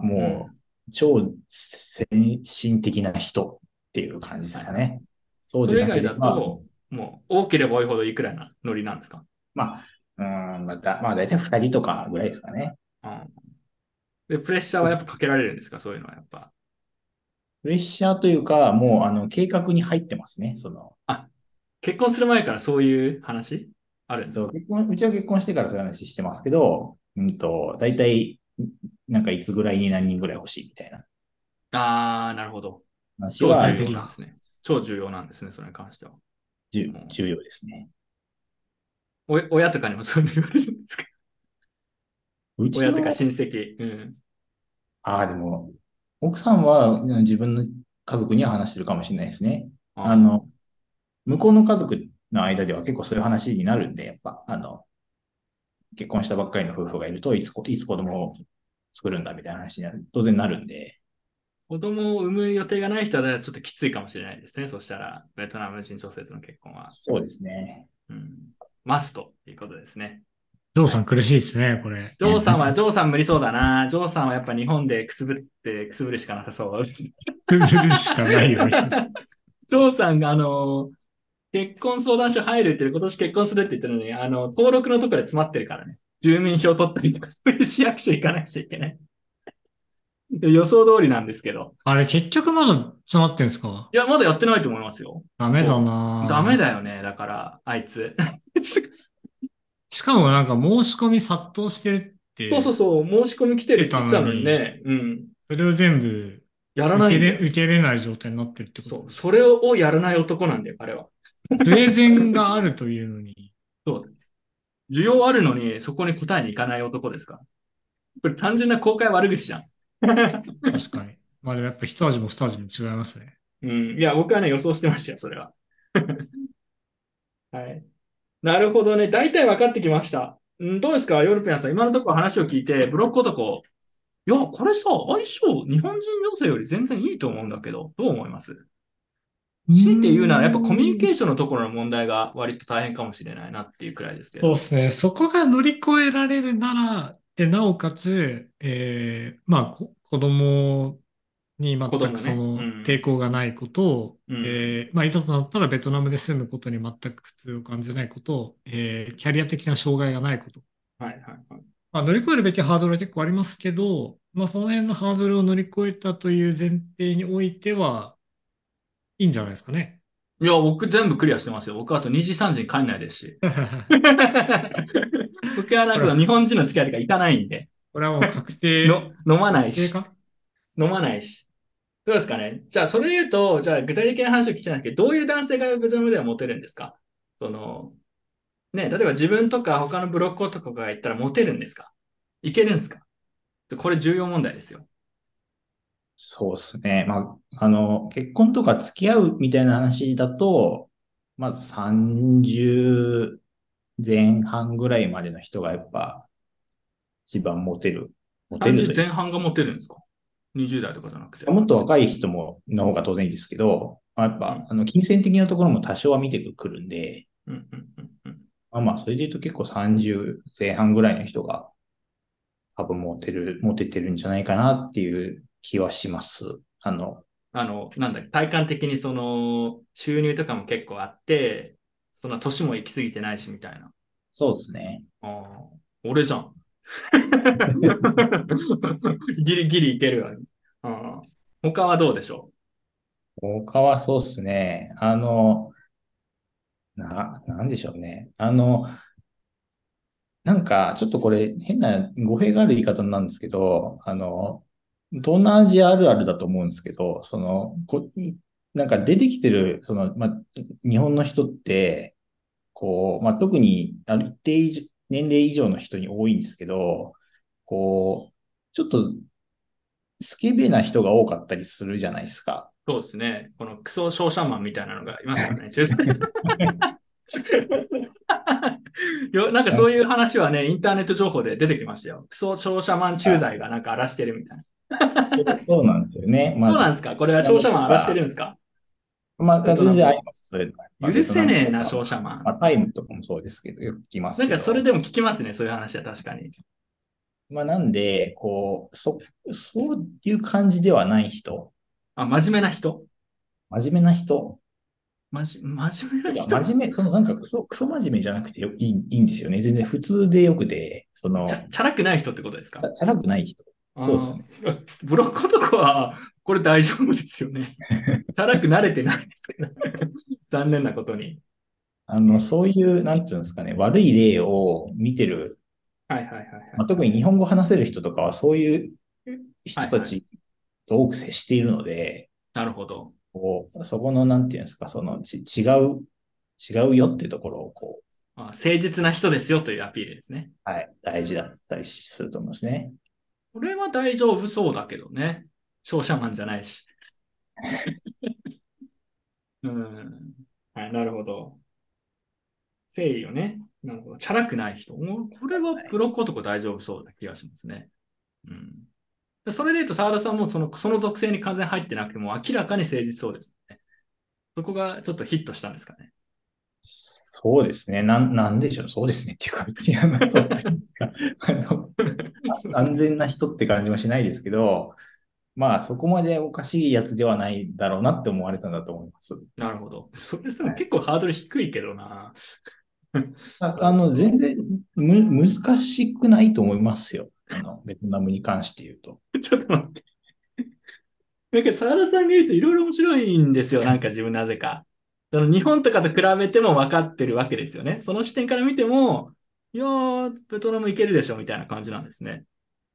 うん。 もう、超先進的な人っていう感じではいはい。 すかね。そうでなそれ以外だければ、 と、もう多ければ多いほどいくらいなノリなんですか？ ままあ、大体2人とかぐらいですかね。 うん。で、プレッシャーはやっぱかけられるんですか？そういうのはやっぱ。 プレッシャーというか、もう、計画に入ってますね。 あ、結婚する前からそういう話あるんですか？ うちは結婚してからそういう話してますけど、大体、なんかいつぐらいに何人ぐらい欲しいみたいなああー、なるほど。 話はある。 超重具体的な。 要なんですね。超重要なんですね、それに関しては。うん、 重要ですね。 親とかにもそういうの言われるんですか？ うちの、 親とか親戚。うん。 でも、奥さんは自分の家族には話してるかもしれないですね。 ああ、 あの、向こうの家族の間では結構そういう話になるんで、やっぱ、結婚したばっかりの夫婦がいると、いつ子供を作るんだみたいな話に当然なるんで、 子供を産む予定がない人はちょっときついかもしれないですね。そしたら、ベトナム人女性との結婚は。 そうですね。 うん。マストということですね。 ジョーはい。 さん苦しいですね、これ。 ジョーさん無理そうだな。ジョーさんはやっぱ日本でくすぶるしかなさそう。ジくぐるしかないよ、みたいな。 ョーさんが結婚相談所入るって今年結婚するって言ってるのに、登録のところで詰まってるからね。住民票取ったりとか、そういう市役所行かなくちゃいけない。予想通りなんですけど。 あれ、結局まだ詰まってんすか？ いや、まだやってないと思いますよ。 ダメだそう。ダメなぁ。 だよね。だから、あいつ。 しかもなんか申し込み殺到してるってそうそうそう、申し込み来てる言ってたって言ってたのにのに、 ね。うん。 それを全部やらないんだよ。 受けれない状態になってるってことそう。 です。 それをやらない男なんだよ、彼は。 プレゼンがあるというのに、 そう。需要あるのに、そこに答えに行かない男ですから。これ単純な公開悪口じゃん。 確かに。まあでもやっぱ一味も二味も違いますね。 うん。いや、僕はね、予想してましたよ、それは。はい。なるほどね。大体分かってきました。うん、どうですか、ヨルピアンさん。今のところ話を聞いて、ブロック男。いや、これさ、相性、日本人女性より全然いいと思うんだけど、どう思います？ うー強いて言うなら、やっぱコミュニケーん。 ションのところの問題が割と大変かもしれないなっていうくらいですけど。 そうですね。そこが乗り越えられるなら、で、なおかつ、まあ、子供に全くそ子供ね。うの抵ん。 抗がないことを、 うん。 まあ、いざとなったらベトナムで住むことに全く苦痛を感じないことを、キャリア的な障害がないこと。 はいはいはい。 まあ、乗り越えるべきハードルは結構ありますけど、まあ、その辺のハードルを乗り越えたという前提においては、いいんじゃないですかね。 いや、僕全部クリアしてますよ。僕あと2時3時に帰んないですし。僕はなんこれは、 か日本人の付き合いとか行かないんで。 これはもう確定、 飲まな確いし。 定か。 飲まないし。どうですかね。じゃあ、それで言うと、じゃあ、具体的な話を聞きたいんですけど、どういう男性がベトナムではモテるんですか？その、ね、例えば自分とか他のブロッコとかが言ったらモテるんですか？いけるんですか？これ重要問題ですよ。 そうですね。まあ、結婚とか付き合うみたいな話だと、まず30前半ぐらいまでの人がやっぱ一番モテる 30 というか、 前半がモテるんですか？ 20 代とかじゃなくて。 もっと若い人も、の方が当然いいですけど、まあ、やっぱ、 うん。 金銭的なところも多少は見てくるんで、 うん、うん、うん、うん。 まあ、それで言うと結構30前半ぐらいの人が多分モテてるんじゃないかなっていう気はします。 なんだっけ、体感的にその、収入とかも結構あって、そんな年も行き過ぎてないし、みたいな。 そうですね。 ああ、俺じゃん。ギリギリいけるわ。ああ、他はどうでしょ他はそうですね。なんでしょうね。なんか、ちょっとこれ変な語弊がある言い方なんですけど、東南アジアあるあるだと思うんですけど、なんか出てきてる、日本の人って、特にある一定年齢以上の人に多いんですけど、ちょっとスケベな人が多かったりするじゃないですか。 う？そうですね。このクソ商社マンみたいなのがいますからね。中世なんかそういう話はね、インターネット情報で出てきましたよ。クソ商社マン駐在がなんか荒らしてるみたいな。 そうなんですよね。まあ、 そうなんですか？これは商ベトナム社マン荒らしてるとか、 んですか？ まあ、 ベトナ全然ありムを。 ます。そういうのは。まあ、 許ベトナムせねえな、 とか、 商社マン。 まあ、タイムとかもそうですけど、よく聞きますなんけど、 かそれでも聞きますね、そういう話は確かに。 まあ、なんで、そういう感じではない人、 あ、真面目な人？ 真面目な人、 真面目なてか、 人？ なんかクソ真面目じゃなくていいんですよね。全然普通でよくて、 チャラくない人ってことですか？ チャラくない人。そうですあね。 あ、ブロック男は、これ大丈夫ですよね。チャラく慣れてないですけど。残念なことに。うん。 そういう、なんていうんですかね、悪い例を見てる、 はいはいはいはいまあ、特はい。 に日本語話せる人とかは、そういうはいはい。 人たちと多く接しているので、 なるほど。 そこの、なんていうんですか、違うよっていうところを、 誠実な人ですよというアピールですね。 はい、大事だったりすると思いますね。 これは大丈夫そうだけどね。商社マンじゃないし。うん。はい、なるほど。誠意よね。なるほど。チャラくない人。これはブロック男大丈夫そうな気がしますね。うん。それで言うと、澤田さんもその属性に完全に入ってなくても明らかに誠実そうですね。そこがちょっとヒットしたんですかね。 そうですね。なんでしょう。そうですね。っていうか、別にそうっていうか、あの、安全な人って感じはしないですけど、まあ、そこまでおかしいやつではないだろうなって思われたんだと思います。 なるほど。それではい。 も結構ハードル低いけどな。 全然難しくないと思いますよ。ベトナムに関して言うと。 ちょっと待って。なんか澤田さんが言うといろいろ面白いんですよ。なんか自分なぜか。日本とかと比べても分かってるわけですよね。その視点から見ても、いやー、ベトナム行けるでしょみたいな感じなんですね。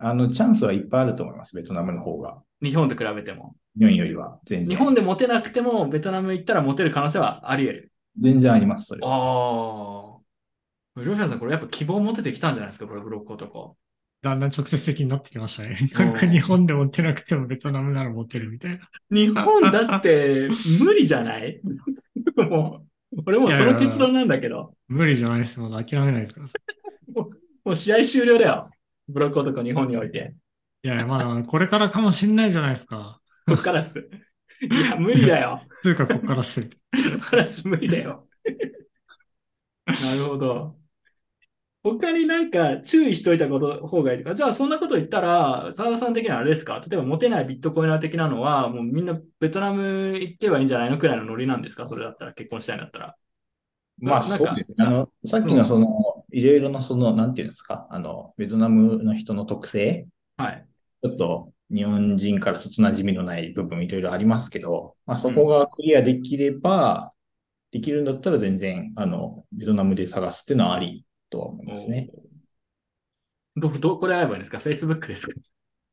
チャンスはいっぱいあると思います、ベトナムの方が。 日本と比べても。 日本よりは、全日本然。 でモテなくても、ベトナム行ったらモテる可能性はあり得る。 全然あります、それは。 ああ。ルフィアさん、これやっぱ希望持ててきたんじゃないですか、これブロック男。 だんだん直接的になってきましたね。 うなんか日ん。 本でモテなくてもベトナムならモテるみたいな。 日本だって無理じゃない？も俺もういやいや、 その結論なんだけど、 無理じゃないですもん。諦めないでくださももう試合終了だよ。ブロック男日本において。 い。いやいや、まだこれからかもしんないじゃないですか。 こっからっす。いや、無理だよ。 つうか、こっからっす。 こっからっす、無理だよ。なるほど。他になんか注意しといたこと方がいいとか、じゃあそんなこと言ったら、澤田さん的にはあれですか？例えばモテないビットコイナー的なのは、もうみんなベトナム行けばいいんじゃないのくらいのノリなんですか？それだったら、結婚したいんだったら。 まあなんか、 そうですね。さっきのうん。 いろいろななんていうんですか、ベトナムの人の特性、 はい。 ちょっと日本人から外馴染みのない部分いろいろありますけど、まあそこうん。 がクリアできれば、できるんだったら全然、ベトナムで探すっていうのはありとは思いますね。 おこれ会えばいいんですか？ Facebook ですか？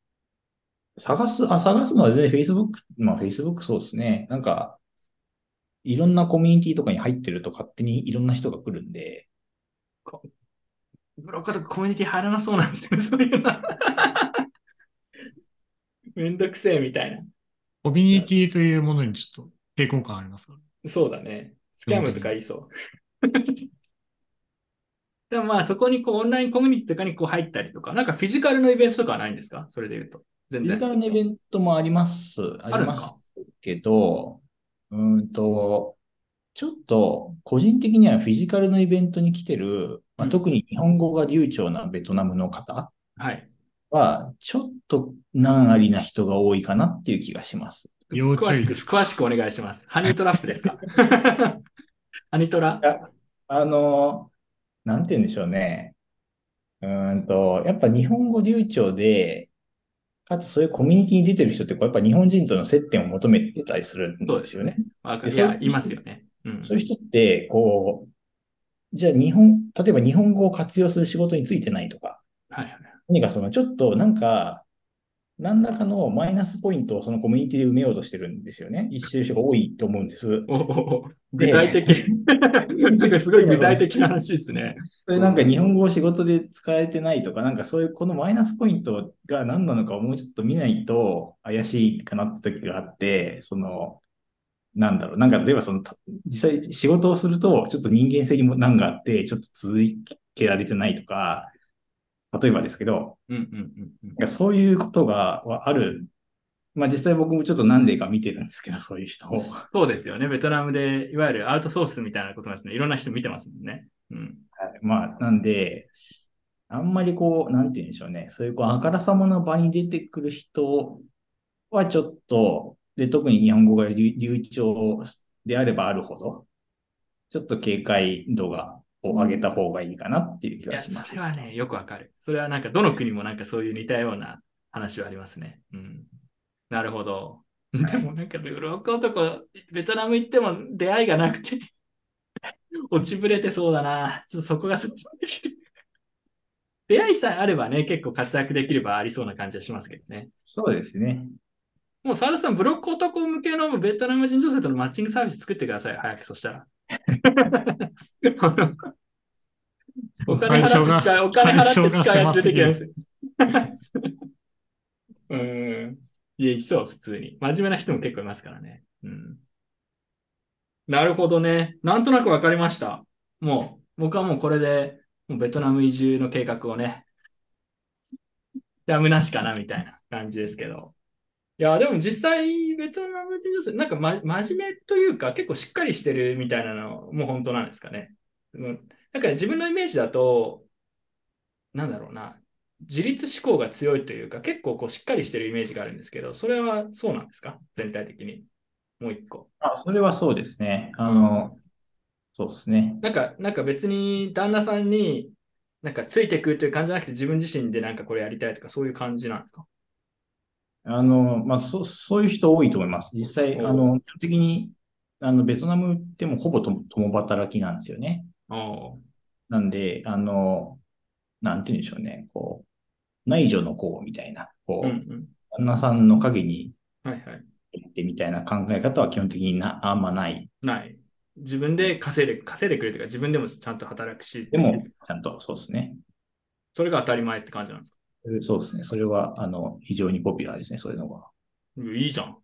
探すのは全然 Facebook、まあ Facebook そうですね。なんか、いろんなコミュニティとかに入ってると勝手にいろんな人が来るんで、 こブロックとかコミュニティ入らなそうなんですよね。そういうの。めんどくせえみたいな。 コミュニティというものにちょっと抵抗感ありますから、 そうだね。スキャムとか基本的に。 言いそう。でもまあそこにこうオンラインコミュニティとかにこう入ったりとか、なんかフィジカルのイベントとかはないんですか？それで言うと。全フィジカ然。 ルのイベントもありますあるんですか？ けど、ちょっと個人的にはフィジカルのイベントに来てる、まあ、 うん。 特に日本語が流暢なベトナムの方はい。 は、ちょっと難ありな人が多いかなっていう気がします。 要注意です詳しくおか？ 願いします。ハニートラップですか？ハニトラ？ いや、あの、なんて言うんでしょうね。やっぱ日本語流暢で、かつそういうコミュニティに出てる人って、こうやっぱ日本人との接点を求めてたりするんですよね。 そうですね。 で、 いや、いますよね。うん。 そういう人って、じゃあ例えば日本語を活用する仕事についてないとか、 はいはい。 何かちょっと何らかのマイナスポイントをそのコミュニティで埋めようとしてるんですよね。してる人が多いと思うんです。 具で、 体的。なんかすごい具体的な話ですね。 それなんか日本語を仕事で使えてないとか、なんかそういうこのマイナスポイントが何なのかをもうちょっと見ないと怪しいかなって時があって、なんだろう、なんか例えば実際仕事をすると、ちょっと人間性にも難があって、ちょっと続けられてないとか、例えばですけど、 うんうんうんうん。 なんかそういうことはある。まあ実際僕もちょっと何例か見てるんですけど、そういう人を。 そうですよね。ベトナムで、いわゆるアウトソースみたいなことなんですね。いろんな人見てますもんね。うん。 まあ、なんで、あんまりなんて言うんでしょうね。そういうあからさまな場に出てくる人はちょっと、で、特に日本語が流暢であればあるほど、ちょっと警戒度を上げた方がいいかなっていう気いや、 がします。 それはね、よくわかる。それはなんか、どの国もなんかそういう似たような話はありますね。うん。なるほど。でもはい。 なんか、ブロック男、ベトナム行っても出会いがなくて落ちぶれてそうだな。ちょっとそこが出会いさえあればね、結構活躍できればありそうな感じはしますけどね。 そうですね。 もう澤田さん、ブロック男向けのベトナム人女性とのマッチングサービス作ってください。早く、そしたら。お金払って対象が使うやつ出狭すぎる。 てきます。うん。いや、いそう、普通に。真面目な人も結構いますからね。うん。なるほどね。なんとなくわかりました。もう、僕はもうこれで、もうベトナム移住の計画をね、やむなしかな、みたいな感じですけど。いや、でも実際、ベトナム人女性、なんか、真面目というか、結構しっかりしてるみたいなのも本当なんですかね。うん、なんか自分のイメージだと、なんだろうな、自立志向が強いというか、結構こうしっかりしてるイメージがあるんですけど、それはそうなんですか？全体的に。もう一個。 それはそうですね。 うん。 そうですね。 なんか別に旦那さんになんかついてくという感じじゃなくて自分自身でなんかこれやりたいとかそういう感じなんですか？ まあ、そういう人多いと思います。実際、 お基本的に、ベトナムってもうほぼ共働きなんですよね。 お、 なんで、なんて言うんでしょうね。 内助の功みたいな、 うん。 旦那さんの陰にはいはい。 行ってみたいな考え方は基本的にあんまない。 ない。自分で稼いでくれというか、自分でもちゃんと働くしっでも、 ていう。 ちゃんとそうですね。 それが当たり前って感じなんですか？ そうですね。それは、非常にポピュラーですね、そういうのが。 いいじゃん。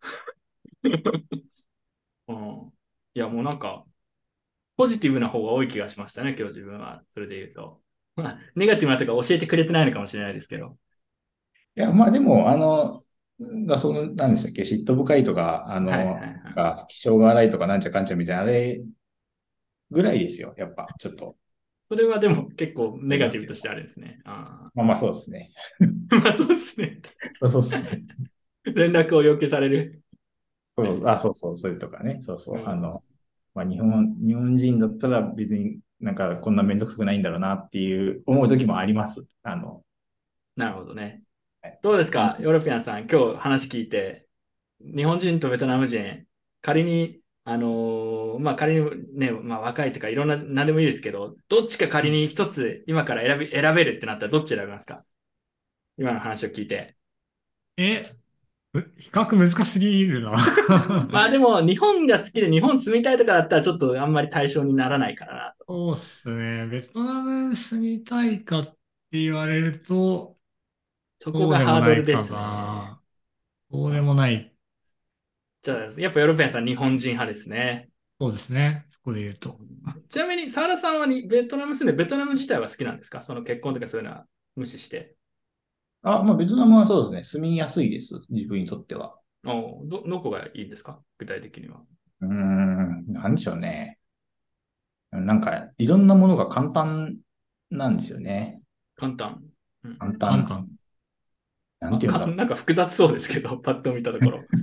うん。いや、もうなんか、ポジティブな方が多い気がしましたね、今日自分は。それで言うと。まあ、ネガティブなとか教えてくれてないのかもしれないですけど。 いや、まあでも、なんでしたっけ、嫉妬深いとか、 はいはいはい。 気性が荒いとか、なんちゃかんちゃみたいな、あれぐらいですよ。やっぱ、ちょっと、 それはでも結構ネガなってる。 ティブとしてあるんですね。あまあまあ、そうですね。 まあそうですね。 そうですね。 連絡を要求される。 そうそう、それとかね。そうそう。 うん。 まあ、日本人だったら別になんかこんなめんどくさくないんだろうなっていう思う時もあります。 なるほどね。 はい。 どうですあの、 かヨーロピアンさん、今日話聞いて、日本人とベトナム人、仮に、まあ、仮にね、まあ、若いとかいろんな、なんでもいいですけど、どっちか仮に一つ今から選べるってなったらどっち選びますか？今の話を聞いて。 え、比較難しすぎるな。 まあでも、日本が好きで日本住みたいとかだったらちょっとあんまり対象にならないからなと。 そうっすね。ベトナム住みたいかって言われると、 そこそうでもがハーないかドルですね。 な。そうでもない。 じゃあ、やっぱヨーロピアンさん日本人派ですね。 そうですね。そこで言うと。 ちなみに、沢田さんはベトナム住んで、ベトナム自体は好きなんですか？その結婚とかそういうのは無視して。 まあ、ベトナムはそうですね。住みやすいです。自分にとっては。 どこがいいんですか具体的には。 なんでしょうね。なんか、いろんなものが簡単なんですよね。 簡単。うん。 簡単。 簡単。 なんて言うんだろう。 なんか複雑そうですけど、パッと見たところ。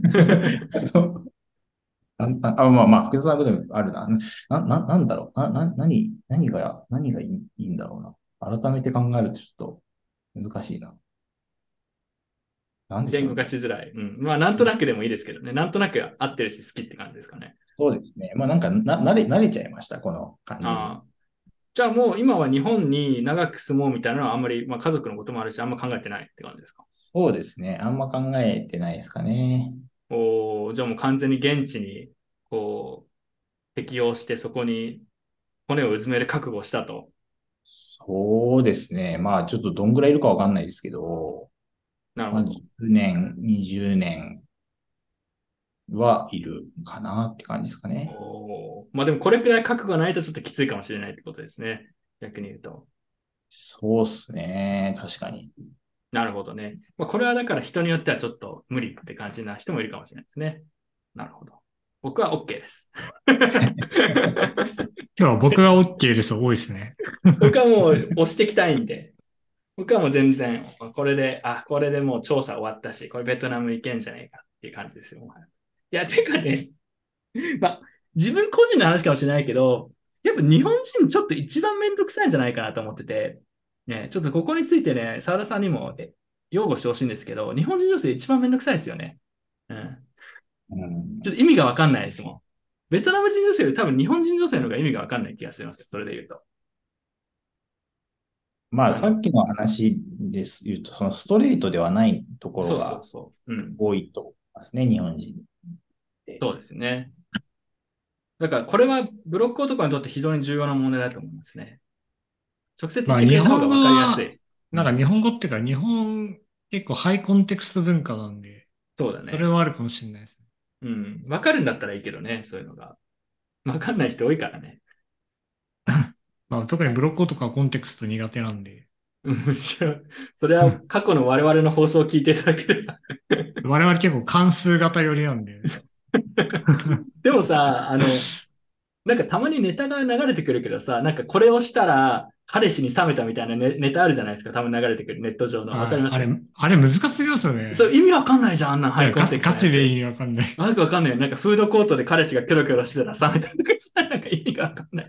簡単。まあまあ、複雑な部分あるな。なんだろう。何がいいんだろうな。改めて考えるとちょっと難しいな。なんでし言語化ょうね。 しづらい。うん。まあ、なんとなくでもいいですけどね。なんとなく合ってるし好きって感じですかね。 そうですね。まあなんか慣れちゃいました。この感じに。 ああ。じゃあもう今は日本に長く住もうみたいなのはあんまり、まあ家族のこともあるし、あんま考えてないって感じですか？ そうですね。あんま考えてないですかね。 じゃあもう完全に現地に、こう、適応してそこに骨をうずめる覚悟をしたと。 そうですね。まあちょっとどんぐらいいるかわかんないですけど、まあなるほど。 10年、20年はいるかなって感じですかね。 まあでもこれくらい覚悟がないとちょっときついかもしれないってことですね。逆に言うと。 そうっすね。確かに。 なるほどね。まあ、これはだから人によってはちょっと無理って感じな人もいるかもしれないですね。なるほど。僕は OK です。 今日は僕が OK です。多いですね。 僕はもう押していきたいんで、僕はもう全然、これでもう調査終わったし、これベトナム行けんじゃねえかっていう感じですよ。いや、てかね、まあ、自分個人の話かもしれないけど、やっぱ日本人ちょっと一番めんどくさいんじゃないかなと思ってて、ね、ちょっとここについてね、沢田さんにも擁護してほしいんですけど、日本人女性一番めんどくさいですよね。うん。 うん、 ちょっと意味がわかんないですもん。ベトナム人女性より多分日本人女性の方が意味がわかんない気がします。それで言うと。 まあさっきの話です言うと、そのストレートではないところそうそうがそう。うん。 多いと思いますね、日本人って。 そうですね。だからこれはブロック男にとって非常に重要な問題だと思いますね。直接言っまあ日てくれた方が本語わかりやすは、 い。うん。 なんか日本語っていうか日本結構ハイコンテクスト文化なんで、それそうだね。 はあるかもしれないですね。 うん。わかるんだったらいいけどね、そういうのが。わかんない人多いからね。 まあ特にブロッコとかコンテクスト苦手なんで、 むしろ、それは過去の我々の放送を聞いていただければ。 我々結構関数型寄りなんで、 でもさ、なんかたまにネタが流れてくるけどさ、なんかこれをしたら彼氏に冷めたみたいなネタあるじゃないですか。多分流れてくるネット上の。わかりはい、 ますあれ難しすぎますよね。 そう、意味わかんないじゃん、あんなハイいや、 コンテクストガのやつ。 チで意味わかんない。 わかんないよ。なんかフードコートで彼氏がキョロキョロしてたら冷めたとかさ、なんか意味がわかんない。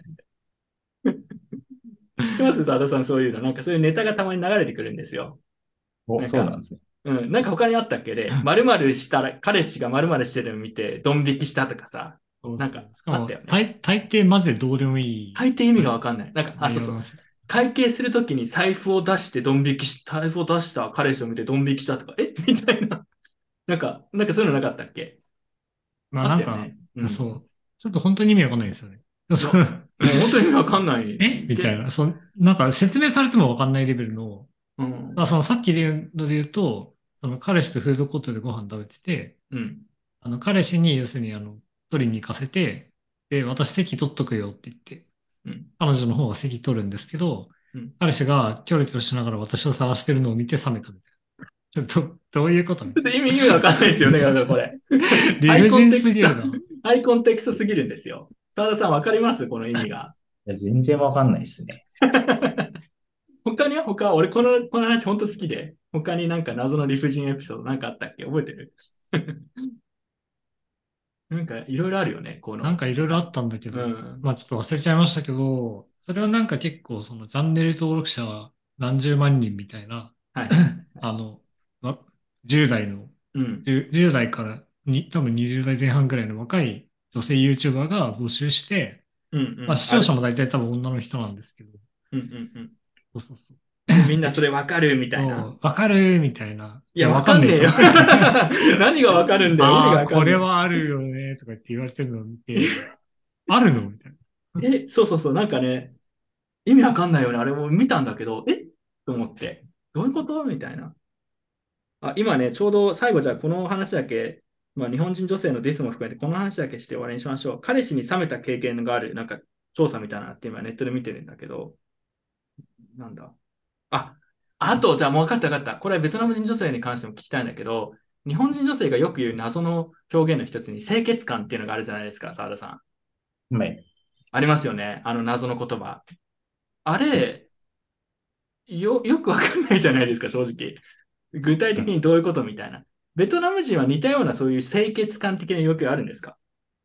知ってます佐田さん、そういうの。なんかそういうネタがたまに流れてくるんですよ。なんか、 そうなんですね。 なんか他にあったっけで、〇〇したら、彼氏が〇〇してるのを見て、ドン引きしたとかさ、 そうそう。 なんかしかも、 あったよね。 大抵マジでどうでもいい大抵意味がわかんない。なんか、そうそう。 内容なんですよ。 会計するときに財布を出してドン引きし、財布を出した彼氏を見てドン引きしたとか、みたいな。なんかそういうのなかったっけ？ まああっなんか、 たよね。うん。 そう。ちょっと本当に意味わかんないですよね。 いや、もう本当に意味わかんない。け、 みたいな。なんか説明されてもわかんないレベルの、 うん。 まあそのさっきで言うと、その彼氏とフードコートでご飯食べてて、 うん。 彼氏に要するに取りに行かせて、で、私席取っとくよって言って、 うん。 彼女の方が席取るんですけど、 うん。 彼氏がキョロキョロしながら私を探してるのを見て冷めたみたいな。どういうことね。 ちょっと意味わかんないですよね、なんかこれ。 理アイコン不尽テクスト、 すぎるな。 アイコンテクストすぎるんですよ。澤田さんわかりますこの意味が？ いや全然わかんないですね。 他、俺この話本当好きで、他になんか謎の理不尽エピソードなんかあったっけ？覚えてる？なんかいろいろあるよね、この。 なんかいろいろあったんだけうど、まん。 あちょっと忘れちゃいましたけど、それはなんか結構そのチャンネル登録者は何十万人みたいな、 はいはいはいはい。 あの、わ10代の、 うん。 10代から多分20代前半ぐらいの若い女性 YouTuber が募集して、 うんうまあん。ある。 視聴者も大体多分女の人なんですけど、 うんうんうん。 そうそうそう。 で、みんなそれエピソわかるみたいな。 そう、わかるみたいな。 いや、 いや、わわかんねえよ。 かんねえと。 何がわかるんだよ。意味ああ、 がわかんねこれはあるよね、とか言って言われてるのを見て、あるのみたいな。 え。そうそうそう。なんかね、意味わかんないよね。あれも見たんだけど、と思って。どういうことみたいな。今ね、ちょうど最後じゃあこの話だけ、まあ日本人女性のディスも含めてこの話だけして終わりにしましょう。彼氏に冷めた経験がある、なんか調査みたいなのって今ネットで見てるんだけど、なんだ。あ、あと、じゃあもう分かった分かった。これはベトナム人女性に関しても聞きたいんだけど、日本人女性がよく言う謎の表現の一つに清潔感っていうのがあるじゃないですか、澤田さん。 はい。 ありますよね。あの謎の言葉。あれ、よくわかんないじゃないですか、正直。具体うん。 的にどういうことみたいな。ベトナム人は似たようなそういう清潔感的な要求あるんですか？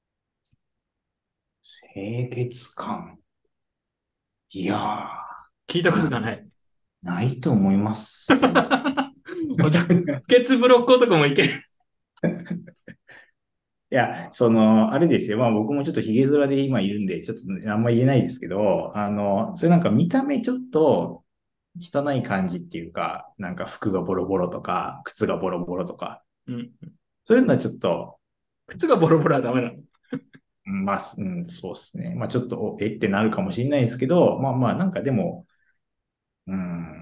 清潔感。いや聞いたー、 ことがない。 ないと思いますね。 じゃあ、不潔ブロック男もいける。 いや、あれですよ。まあ僕もちょっとヒゲ面で今いるんで、ちょっとあんま言えないですけど、それなんか見た目ちょっと汚い感じっていうか、なんか服がボロボロとか、靴がボロボロとか、 うん。 そういうのはちょっと、 靴がボロボロはダメなの。 まあ、うん、そうですね。まあちょっと、ってなるかもしれないですけど、まあまあなんかでも、うん、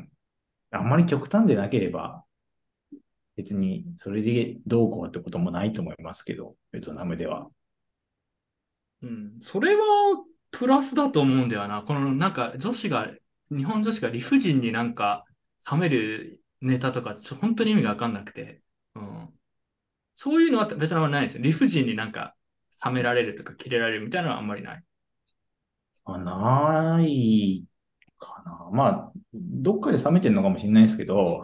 あんまり極端でなければ、別にそれでどうこうってこともないと思いますけど、ベトナムでは。 うん。それはプラスだと思うんだよな。このなんか日本女子が理不尽になんか冷めるネタとか、本当に意味がわかんなくて。うん。そういうのはベトナムはないですよ。理不尽になんか冷められるとか切れられるみたいなのはあんまりない。 ないかな。まあ、どっかで冷めてるのかもしれないですけど、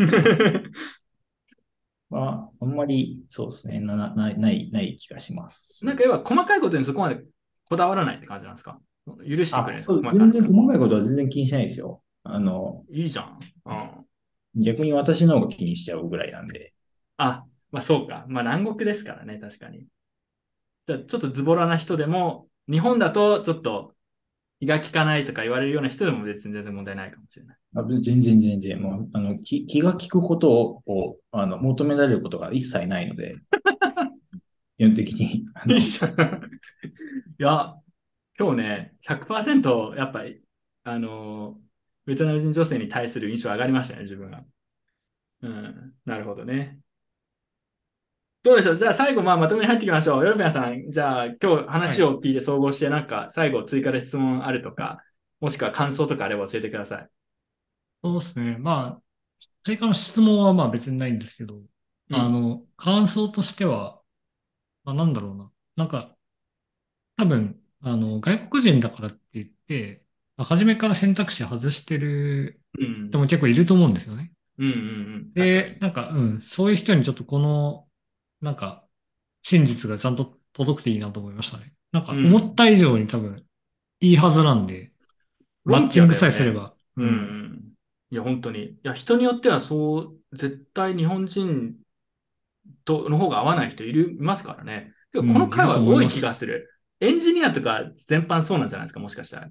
まあ、あんまりそうですね。ない気がします。 なんか要は細かいことにそこまでこだわらないって感じなんですか？許してくれあ、 るんですか？ そう、 細かい話は。 全然細かいことは全然気にしないですよ。 いいじゃん。うん。 逆に私の方が気にしちゃうぐらいなんで。 まあそうか。まあ南国ですからね、確かに。じゃあちょっとズボラな人でも、日本だとちょっと気が利かないとか言われるような人でも別に全然問題ないかもしれない。 全然。もう、気が利くことを、求められることが一切ないので、基本的に、 いいじゃん。いや、今日ね、100%やっぱり、ベトナム人女性に対する印象上がりましたね、自分が。うん、なるほどね。どうでしょう？じゃあ最後、まとめに入っていきましょう。ヨルピアさん、じゃあ今日はい。 話を聞いて総合して、なんか最後追加で質問あるとか、もしくは感想とかあれば教えてください。 そうですね。まあ、追加の質問はまあ別にないんですけど、 うん。 感想としては、なんだろうな。なんか、多分、外国人だからって言って、初めから選択肢外してるうん。 人も結構いると思うんですよね。 うんうんうん。確かで、 に。 なんか、そういう人にちょっとなんか、真実がちゃんと届くていいなと思いましたね。なんか、思っうん。 た以上に多分、いいはずなんで、マッのんきゃチングだよね。 さえすれば、 うん。いや、本当に。いや、人によってはそう、絶対日本人の方が合わない人いますからね。てかこのいると思い回は多い気がます。 する。エンジニアとか全般そうなんじゃないですか、もしかしたら。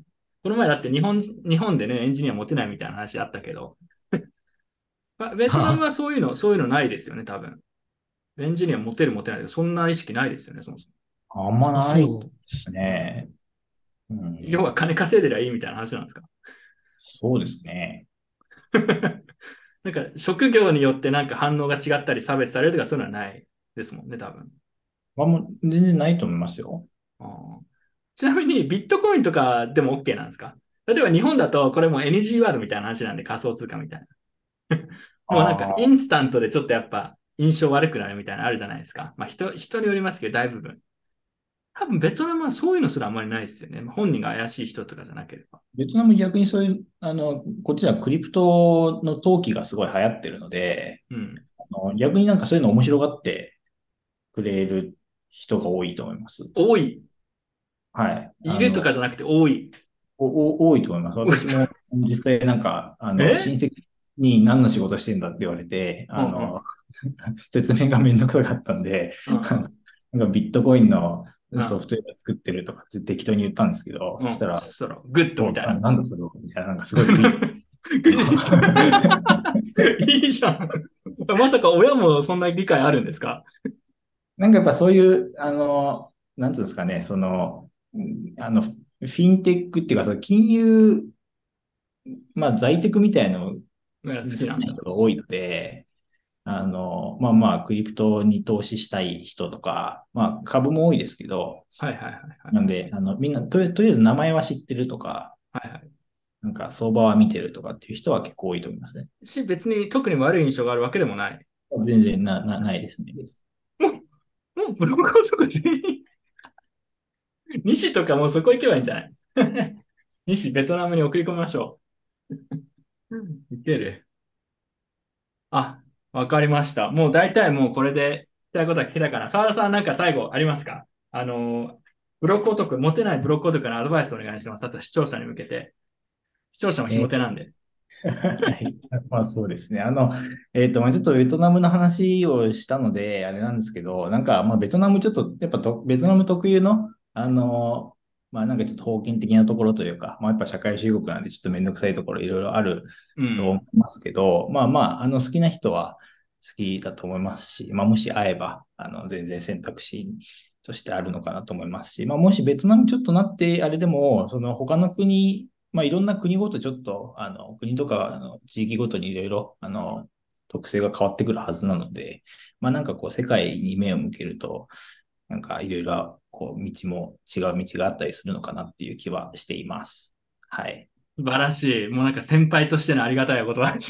この前だって日本でね、エンジニア持てないみたいな話あったけど、ベトナムはそういうのないですよね、多分。エンジニア持てる持てないそんな意識ないですよね、そもそあんまあ、 ないでそう。 すね。うも。 ん、 要は金稼いでりゃいいみたいな話なんですか？ そうですね。 なんか職業によってなんか反応が違ったり差別されるとかそういうのはないですもんね、多分。 まあ、もう全然ないと思いますよ。 あーちなみにビットコインとかでも OK なんですか？例えば日本だとこれも NG ワードみたいな話なんで仮想通貨みたいな。もうなんかイああ、 ンスタントでちょっとやっぱ印象悪くなるみたいなのあるじゃないですか。まあ人によりますけど、大部分。多分ベトナムはそういうのすらあんまりないですよね。本人が怪しい人とかじゃなければ。 ベトナム逆にそういう、こっちはクリプトの投機がすごい流行ってるので、 うん。 逆になんかそういうの面白がってくれる人が多いと思います。 多い。 はい。 いるとかじゃなくて多い。 多いと思います。私も実際なんか、親え戚に何の仕事してんだって言われて、 うんうん。 説明がめんどくさかったんで、 うんうん。 なんかビットコインのうんソフトウェア作ってるとかって適当に言ったんですけど、 うん。 そしたら、 そしたら、グッドみたいな。 なんだそれみたいな、なんかすごいクイズ。 クイズできた。いいじゃん。まさか親もそんな理解あるんですか？ なんかやっぱそういう、なんつうんですかね、フィンテックっていうか、その金融、まあ在テクみたいなの好好きなんだ。 きな人が多いので、まあまあ、クリプトに投資したい人とか、まあ株も多いですけど、 はいはいはいはい。 なんで、みんなとりあえず名前は知ってるとか、 はいはい。 なんか相場は見てるとかっていう人は結構多いと思いますね。 別に特に悪い印象があるわけでもない。 全然ないですね。 もう、もうブログそこ全員、西とかもうそこ行けばいいんじゃない？西、ベトナムに送り込みましょう。いける。あ、わかりました。もう大体もうこれで聞きたいことは聞けたかな。澤田さんなんか最後ありますか？ブロック男、モテないブロック男のアドバイスをお願いします。あと視聴者に向けて。視聴者もひもえ手なんで。 はい。まあそうですね。まあちょっとベトナムの話をしたので、あれなんですけど、なんか、まあベトナムちょっと、やっぱベトナム特有の、まあなんかちょっと封建的なところというか、まあやっぱ社会主義国なんでちょっとめんどくさいところいろいろあると思うん。 いますけど、まあまあ、好きな人は好きだと思いますし、まあもし会えば、全然選択肢としてあるのかなと思いますし、まあもしベトナムちょっとなって、あれでも、その他の国、まあ、いろんな国ごとちょっと、国とか、地域ごとにいろいろ、特性が変わってくるはずなので、まあ、なんかこう、世界に目を向けると、なんかいろいろ、こう、道も違う道があったりするのかなっていう気はしています。はい。 素晴らしい。もうなんか先輩としてのありがたいお言葉です。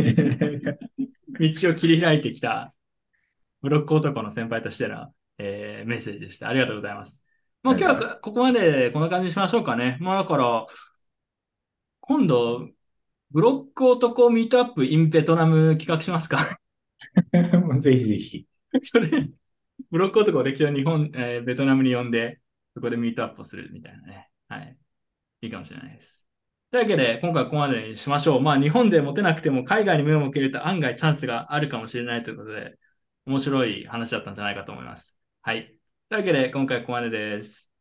道を切り開いてきたブロック男の先輩としての、メッセージでした。ありがとうございます。もう今日ありがとうございます。 はここまでこんな感じにしましょうかね。まあだから、今度、ブロック男ミートアップ in ベトナム企画しますか？ もうぜひぜひ。 それ、ブロック男を歴史の日本、ベトナムに呼んで、そこでミートアップをするみたいなね。はい。いいかもしれないです。というわけで、今回はここまでにしましょう。まあ、日本でモテなくても海外に目を向けると案外チャンスがあるかもしれないということで、面白い話だったんじゃないかと思います。はい。というわけで、今回はここまでです。